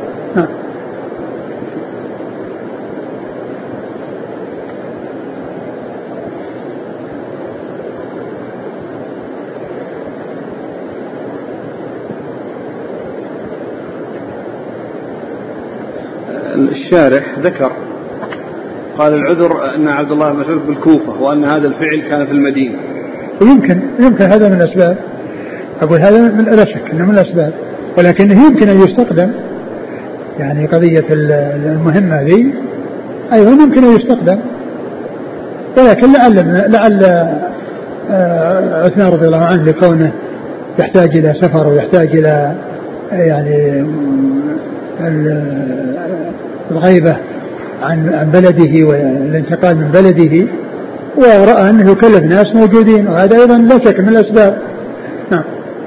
الشارح ذكر قال العذر أن عبد الله بن مسعود بالكوفة وأن هذا الفعل كان في المدينة. يمكن هذا من الأسباب، أقول هذا من لا شك أنه من الأسباب، ولكنه يمكن أن يستخدم، يعني قضية المهمة ذي أيضا يمكن أن يستخدم، ولكن لعل عثمان رضي الله عنه لكونه يحتاج إلى سفر ويحتاج إلى يعني الغيبة عن بلده والانتقال من بلده، ورأى أنه يكلف ناس موجودين، وهذا أيضا لا شك من الأسباب. نعم.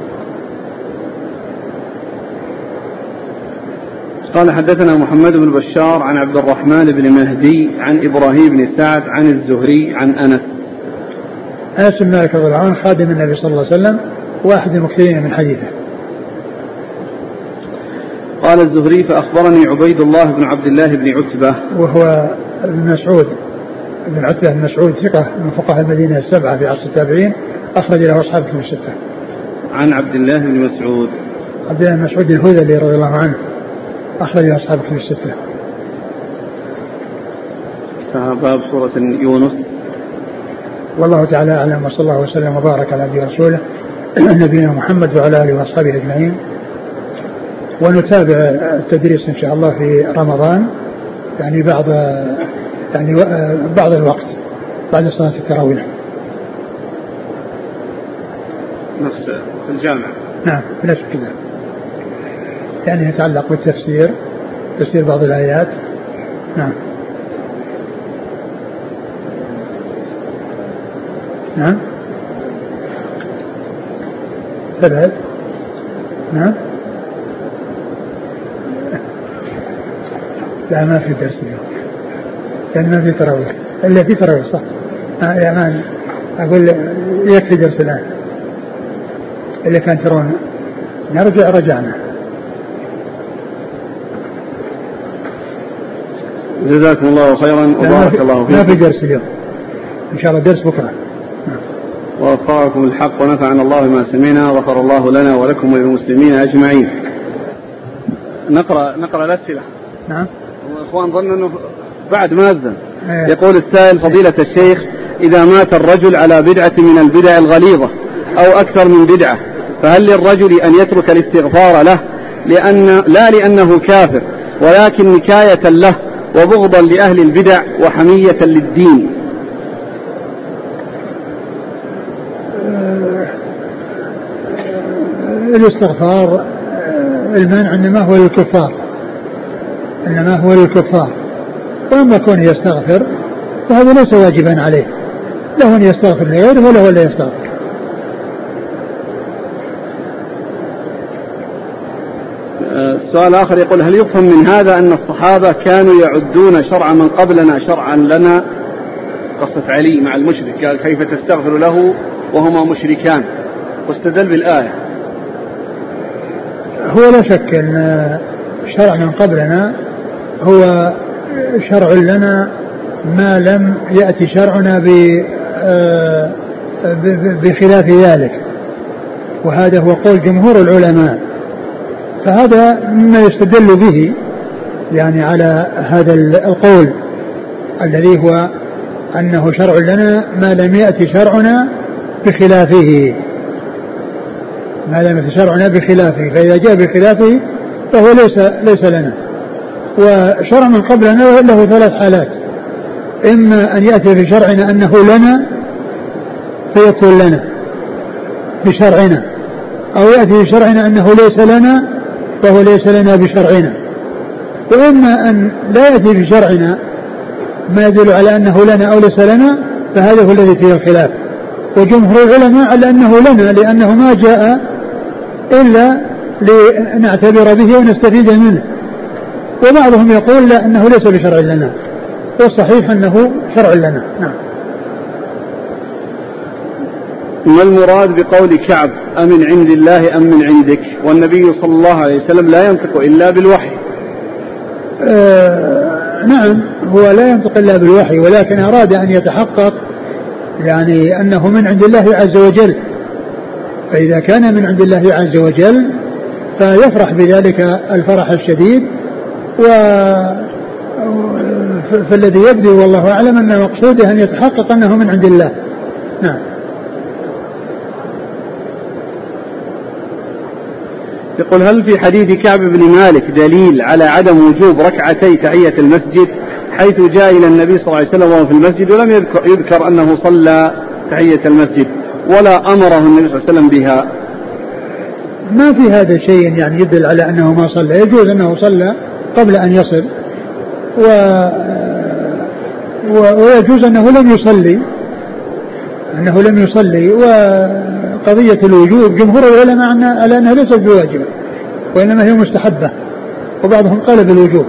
قال حدثنا محمد بن بشار عن عبد الرحمن بن مهدي عن إبراهيم بن سعد عن الزهري عن أنس بن مالك رضي الله عنه خادم النبي صلى الله عليه وسلم واحد المكثرين من حديثه. قال الزهري فأخبرني عبيد الله بن عبد الله بن عتبة وهو ابن مسعود بن عتبة بن مسعود ثقة من فقهاء المدينة السبعة في عصر التابعين أخرج له أصحاب كتب الستة. عن عبد الله بن مسعود. عبد الله بن مسعود الهذلي رضي الله عنه أخرج له أصحاب كتب الستة. باب سورة يونس. والله تعالى أعلم، وصلى الله وسلم وبارك على نبينا ورسوله نبينا محمد وعلى آله وأصحابه أجمعين. ونتابع التدريس إن شاء الله في رمضان، يعني بعض الوقت بعد صلاة التراويح. نفس في الجامع. نعم نفس كذا، يعني يتعلق بالتفسير، تفسير بعض الآيات. نعم نعم ثبت. نعم لا ما في درس اليوم، لأن ما في تراويح إلا في تراويح صح. يا مان أقول يكفي درس الآن، اللي كان ترون نرجع رجعنا. جزاكم الله خيرا وبارك الله فيكم. ما في درس اليوم إن شاء الله، درس بكرة. ووفقكم الحق ونفعنا الله ما سمعنا، وغفر الله لنا ولكم وللمسلمين أجمعين. نقرأ الأسئلة. نعم. الإخوان ظنوا أنه بعد ما أذن. يقول السائل فضيلة الشيخ: إذا مات الرجل على بدعة من البدع الغليظة أو أكثر من بدعة، فهل للرجل أن يترك الاستغفار له لا لأنه كافر، ولكن نكاية له وبغضا لأهل البدع وحمية للدين؟ الاستغفار المانع إنما هو للكفار، وأما كونه يستغفر فهذا ليس واجبا عليه، له أن يستغفر لغيره وله ولا يستغفر. السؤال آخر يقول: هل يفهم من هذا أن الصحابة كانوا يعدون شرع من قبلنا شرعا لنا؟ قصة علي مع المشرك، قال: كيف تستغفر له وهما مشركان، واستدل بالآية. هو لا شك أن شرع من قبلنا هو شرع لنا ما لم يأتي شرعنا بخلاف ذلك، وهذا هو قول جمهور العلماء. فهذا مما يستدل به يعني على هذا القول الذي هو أنه شرع لنا ما لم يأتي شرعنا بخلافه، فإذا جاء بخلافه فهو ليس لنا. وشرع من قبلنا له ثلاث حالات: إما أن يأتي في شرعنا أنه لنا فيكون لنا بشرعنا، أو يأتي في شرعنا أنه ليس لنا فهو ليس لنا بشرعنا. وإما أن لا يأتي في شرعنا ما يدل على أنه لنا أو ليس لنا، فهذا هو الذي فيه الخلاف. وجمهور العلماء على أنه لنا، لأنه ما جاء إلا لنعتبر به ونستفيد منه. وبعضهم يقول لا، أنه ليس بشرع لنا، والصحيح أنه شرع لنا. نعم. ما المراد بقول كعب: أمن عند الله أم من عندك؟ والنبي صلى الله عليه وسلم لا ينطق إلا بالوحي. نعم، هو لا ينطق إلا بالوحي، ولكن أراد أن يتحقق يعني أنه من عند الله عز وجل. فإذا كان من عند الله عز وجل فيفرح بذلك الفرح الشديد. فالذي يبدو والله أعلم أن مقصوده أن يتحقق أنه من عند الله. نعم. يقول: هل في حديث كعب بن مالك دليل على عدم وجوب ركعتي تحية المسجد، حيث جاء إلى النبي صلى الله عليه وسلم وهو في المسجد ولم يذكر أنه صلى تحية المسجد ولا أمره النبي صلى الله عليه وسلم بها؟ ما في هذا شيء يعني يدل على أنه ما صلى. يجوز أنه صلى قبل أن يصل، ويجوز أنه لم يصلي. وقضية الوجوب جمهور العلماء على أنها ليست بواجبة، وإنما هي مستحبة، وبعضهم قال بالوجوب.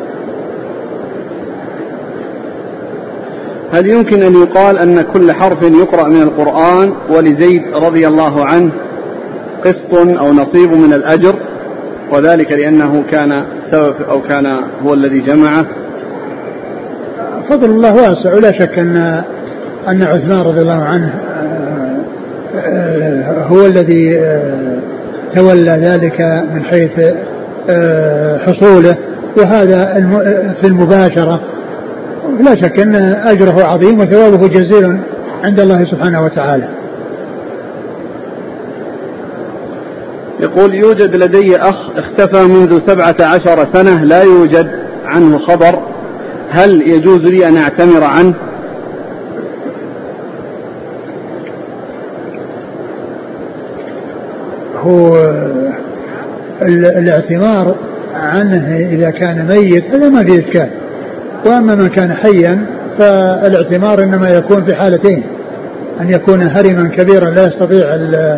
هل يمكن أن يقال أن كل حرف يقرأ من القرآن ولزيد رضي الله عنه قسط أو نصيب من الأجر؟ وذلك لأنه كان سبب أو كان هو الذي جمعه؟ فضل الله واسع، ولا شك أن عثمان رضي الله عنه هو الذي تولى ذلك من حيث حصوله، وهذا في المباشرة لا شك أن أجره عظيم وثوابه جزيل عند الله سبحانه وتعالى. يقول: يوجد لدي أخ اختفى منذ 17 سنة لا يوجد عنه خبر، هل يجوز لي أن أعتمر عنه؟ هو الاعتمار عنه إذا كان ميت هذا ما فيه إشكال، وأما من كان حيا فالاعتمار إنما يكون في حالتين: أن يكون هرما كبيرا لا يستطيع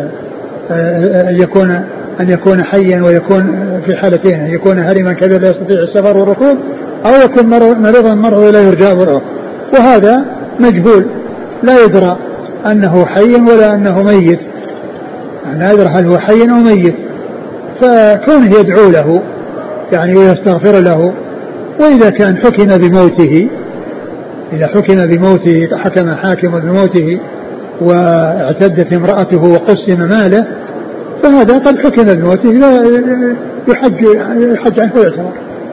أن يكون حيا، ويكون في حالتين: أن يكون هرما كبيرا لا يستطيع السفر والركوب، أو يكون مريضا مرض لا يرجى برؤه، وهذا مجهول لا يدرى أنه حي ولا أنه ميت، لا يدرى هل هو حي أو ميت، فكونه يدعو له يعني ويستغفر له. وإذا كان حكم بموته، إذا حكم بموته حكم حاكم بموته واعتدت امرأته وقسم ماله، فهذا قد حكم بموته لا يحج عنه ويعتبر.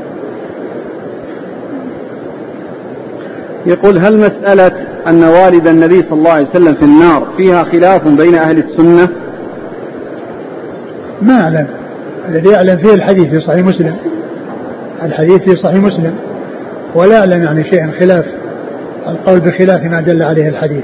يقول: هل مسألة أن والد النبي صلى الله عليه وسلم في النار فيها خلاف بين أهل السنة؟ ما أعلم، الذي أعلم فيه الحديث في صحيح مسلم، الحديث في صحيح مسلم، ولا أعلم يعني شيئا خلاف القول بخلاف ما دل عليه الحديث.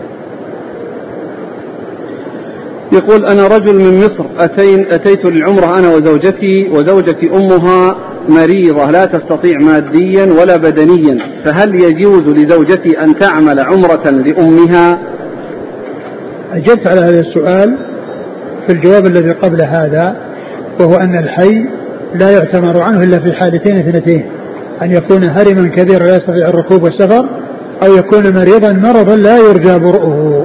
يقول: أنا رجل من مصر أتيت للعمرة أنا وزوجتي أمها مريضة لا تستطيع ماديا ولا بدنيا، فهل يجوز لزوجتي أن تعمل عمرة لأمها؟ أجبت على هذا السؤال في الجواب الذي قبل هذا، وهو أن الحي لا يعتمر عنه إلا في حالتين اثنتين: أن يكون هرما كبيرا لا يستطيع الركوب والسفر، أو يكون مريضا مرضا لا يرجى برؤه.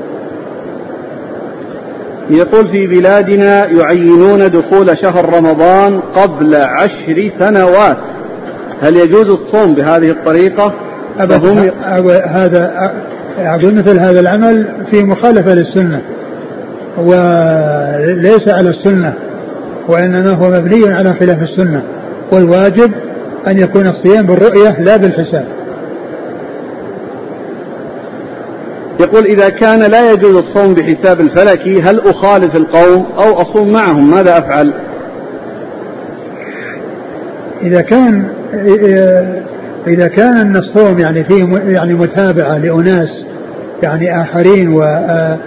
يقول: في بلادنا يعينون دخول شهر رمضان قبل 10 سنوات، هل يجوز الصوم بهذه الطريقة؟ هذا أقول مثل هذا العمل في مخالفة للسنة وليس على السنة، وإنما هو مبني على خلاف السنة، والواجب أن يكون الصيام بالرؤية لا بالحساب. يقول: إذا كان لا يجوز الصوم بحساب الفلكي هل أخالف القوم أو أصوم معهم، ماذا أفعل؟ إذا كان أن الصوم يعني فيه يعني متابعة لأناس يعني آخرين وعلماء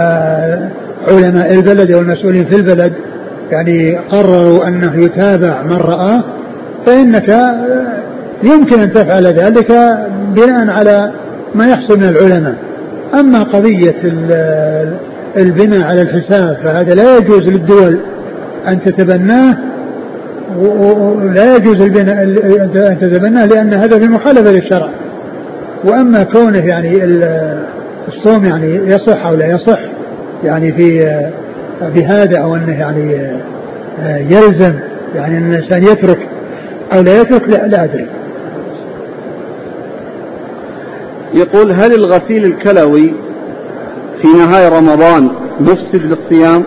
البلد والمسؤولين في البلد يعني قرروا أنه يتابع من رآه، فإنك يمكن أن تفعل ذلك بناء على ما يحصل من العلماء. أما قضية البناء على الحساب فهذا لا يجوز للدول أن تتبناه، ولا يجوز البناء أن تتبناه لأن هذا في مخالفة للشرع. وأما كونه يعني الصوم يعني يصح أو لا يصح يعني في هذا، أو أنه يعني يلزم يعني أن الإنسان يترك أو لا يترك، لا أدري. يقول: هل الغسيل الكلوي في نهاية رمضان مفسد للصيام؟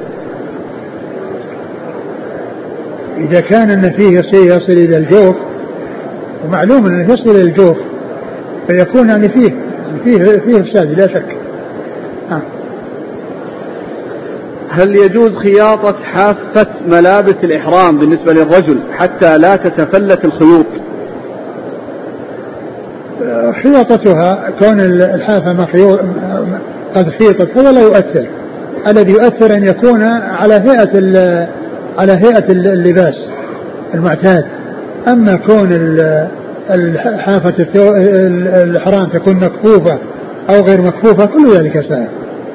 إذا كان أن فيه شيء يصل إلى الجوف، ومعلوم أنه يصل إلى الجوف فيكون يعني فيه إفساد لا شك. هل يجوز خياطة حافة ملابس الإحرام بالنسبة للرجل حتى لا تتفلت الخيوط؟ خياطتها كون الحافة قد خيطت هذا لا يؤثر، الذي يؤثر أن يكون على هيئة اللباس المعتاد. أما كون الحافة الإحرام تكون مكفوفة أو غير مكفوفة كل ذلك سائر.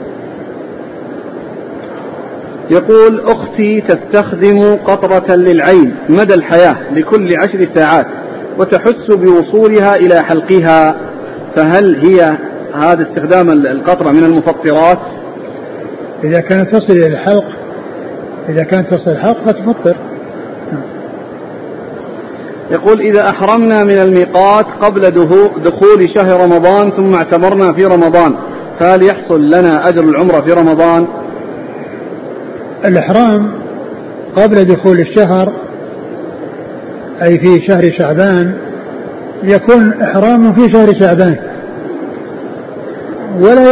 يقول: أختي تستخدم قطرة للعين مدى الحياة لكل 10 ساعات وتحس بوصولها إلى حلقها، فهل هي هذا استخدام القطرة من المفطرات؟ إذا كانت تصل إلى الحلق فتفطر. يقول إذا أحرمنا من الميقات قبل دخول شهر رمضان ثم اعتمرنا في رمضان فهل يحصل لنا أجر العمرة في رمضان؟ الإحرام قبل دخول الشهر أي في شهر شعبان يكون إحرام في شهر شعبان ولا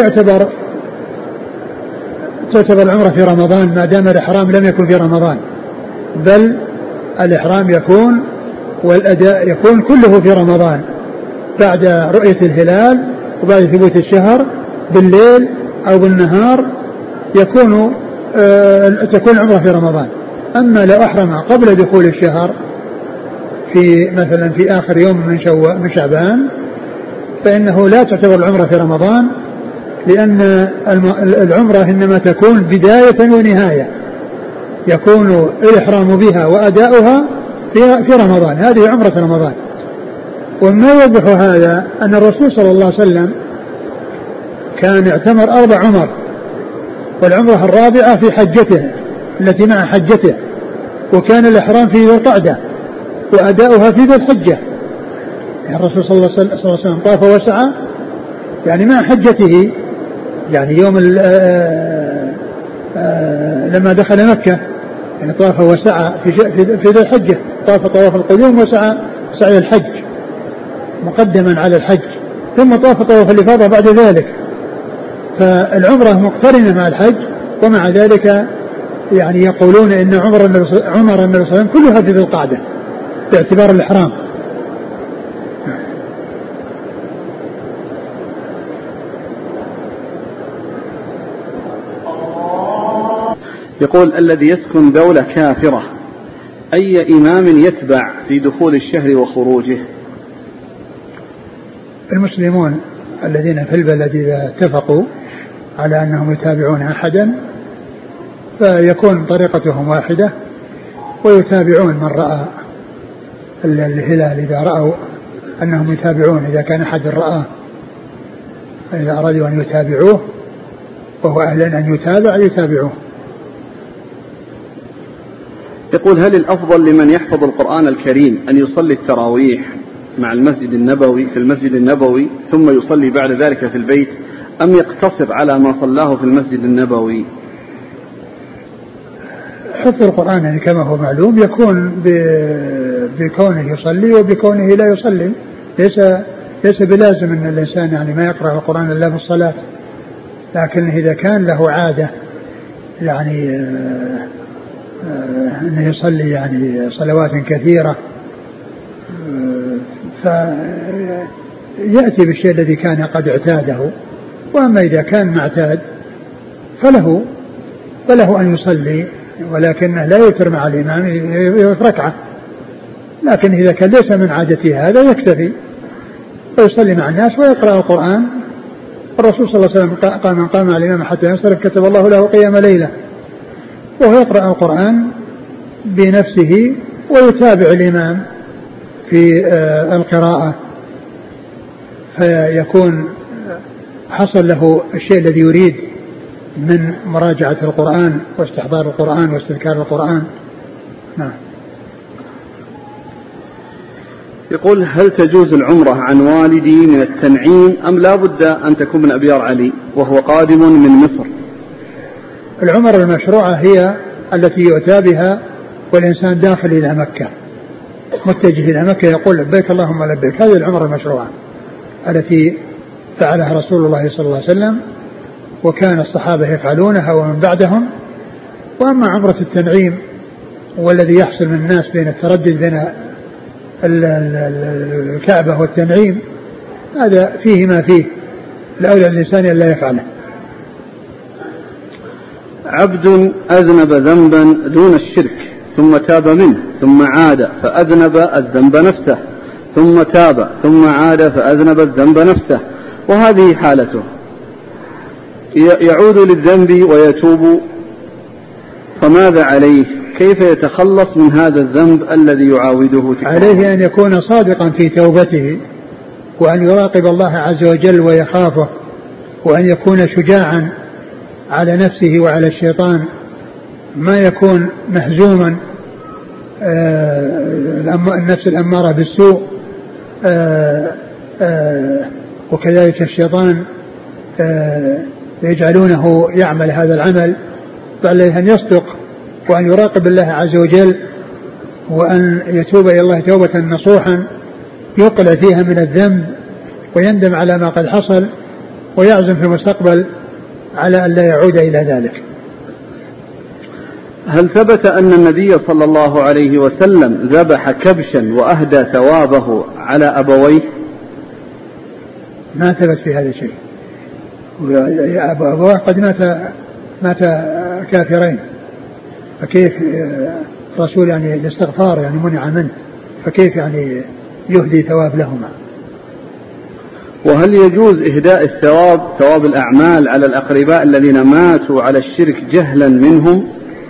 تعتبر العمرة في رمضان ما دام الإحرام لم يكن في رمضان، بل الإحرام يكون والأداء يكون كله في رمضان بعد رؤية الهلال وبعد ثبوت الشهر بالليل أو بالنهار تكون العمرة في رمضان. أما لو أحرم قبل دخول الشهر في مثلا في آخر يوم من شعبان فإنه لا تعتبر العمرة في رمضان، لأن العمرة إنما تكون بداية ونهاية، يكون الإحرام بها وأداؤها في رمضان، هذه عمرة رمضان. وما يوضح هذا أن الرسول صلى الله عليه وسلم كان اعتمر 4 عمر، والعمرة الرابعة في حجته التي مع حجته، وكان الإحرام في ذي القعدة وأداؤها في ذي الحجة. يعني الرسول صلى الله عليه وسلم طاف وسعى يعني مع حجته، يعني يوم لما دخل مكة يعني طاف وسعى في ذي الحجة، طاف طواف القدوم وسعى سعي الحج مقدما على الحج، ثم طاف طواف الإفاضة بعد ذلك. فالعمرة مقترنة مع الحج، ومع ذلك يعني يقولون إن عمر النبي صلى الله عليه وسلم كلها في ذي القعدة باعتبار الإحرام. يقول الذي يسكن دولة كافرة أي إمام يتبع في دخول الشهر وخروجه؟ المسلمون الذين في البلد إذا اتفقوا على أنهم يتابعون أحدا فيكون طريقتهم واحدة، ويتابعون من رأى الهلال إذا رأوا أنهم يتابعون، إذا كان أحد رآه إذا أرادوا أن يتابعوه وهو أهل أن يتابعوه. يقول هل الأفضل لمن يحفظ القرآن الكريم أن يصلي التراويح مع المسجد النبوي في المسجد النبوي ثم يصلي بعد ذلك في البيت، أم يقتصر على ما صلاه في المسجد النبوي؟ حفظ القرآن يعني كما هو معلوم يكون بكونه يصلي وبكونه لا يصلي، ليس بلازم أن الإنسان يعني ما يقرأ القرآن إلا في الصلاة، لكن إذا كان له عادة يعني أنه يصلي يعني صلوات كثيرة فيأتي بالشيء الذي كان قد اعتاده. وأما إذا كان معتاد فله أن يصلي، ولكنه لا يوتر مع الإمام ركعة، لكن إذا كان ليس من عادته هذا يكتفي ويصلي مع الناس ويقرأ القرآن. الرسول صلى الله عليه وسلم قال من قام مع الإمام حتى ينصرف كتب الله له قيام ليلة، وهو يقرأ القرآن بنفسه ويتابع الإمام في القراءة، فيكون حصل له الشيء الذي يريد من مراجعة القرآن واستحضار القرآن واستذكار القرآن. نعم. يقول هل تجوز العمرة عن والدي من التنعيم أم لا بد أن تكون من أبيار علي وهو قادم من مصر؟ العمر المشروعة هي التي يؤتى بها والإنسان داخل إلى مكة متجه إلى مكة يقول لبيك اللهم لبيك، هذه العمرة المشروعة التي فعلها رسول الله صلى الله عليه وسلم وكان الصحابة يفعلونها ومن بعدهم. وأما عمرة التنعيم والذي يحصل من الناس بين التردد بين الكعبة والتنعيم هذا فيه ما فيه، الأولى الإنسان أن لا يفعله. عبد أذنب ذنبا دون الشرك ثم تاب منه ثم عاد فأذنب الذنب نفسه، ثم تاب ثم عاد فأذنب الذنب نفسه، وهذه حالته، يعود للذنب ويتوب، فماذا عليه؟ كيف يتخلص من هذا الذنب الذي يعاوده؟ عليه أن يكون صادقا في توبته، وأن يراقب الله عز وجل ويخافه، وأن يكون شجاعا على نفسه وعلى الشيطان، ما يكون مهزوما النفس الأمارة بالسوء، وكذلك الشيطان يجعلونه يعمل هذا العمل، فعليه أن يصدق وأن يراقب الله عز وجل، وأن يتوب إلى الله توبة نصوحا يقلع فيها من الذنب ويندم على ما قد حصل، ويعزم في المستقبل على أن لا يعود إلى ذلك. هل ثبت أن النبي صلى الله عليه وسلم ذبح كبشا وأهدى ثوابه على أبويه؟ ما ثبت في هذا شيء. أبواه قد مات كافرين، فكيف الرسول يعني الاستغفار يعني منع منه، فكيف يعني يهدي ثواب لهما؟ وهل يجوز إهداء الثواب ثواب الأعمال على الأقرباء الذين ماتوا على الشرك جهلا منهم؟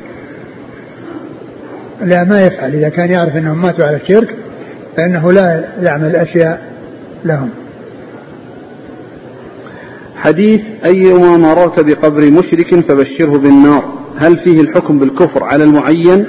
لا، ما يفعل. إذا كان يعرف أنهم ماتوا على الشرك فإنه لا يعمل أشياء لهم. حديث أيما مررت بقبر مشرك فبشره بالنار، هل فيه الحكم بالكفر على المعين؟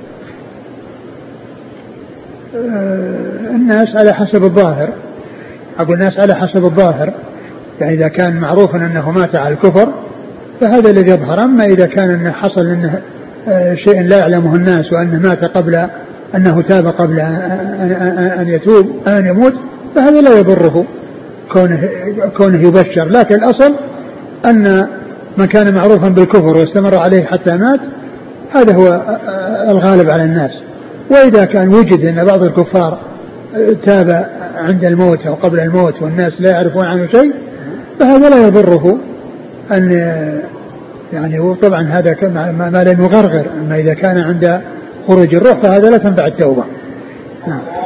الناس على حسب الظاهر، أقول الناس على حسب الظاهر، يعني إذا كان معروفا أنه مات على الكفر فهذا الذي يظهر. أما إذا كان أنه حصل أنه شيء لا يعلمه الناس وأنه مات قبل أنه تاب قبل أن يتوب أن يموت، فهذا لا يضره كونه يبشر. لكن الأصل أن من كان معروفا بالكفر واستمر عليه حتى مات هذا هو الغالب على الناس. وإذا كان وجد أن بعض الكفار تاب عند الموت أو قبل الموت والناس لا يعرفون عنه شيء فهذا لا يضره أن يعني. وطبعا هذا ما لم يغرغر. أما إذا كان عند خروج الروح فهذا لا تنفع التوبة.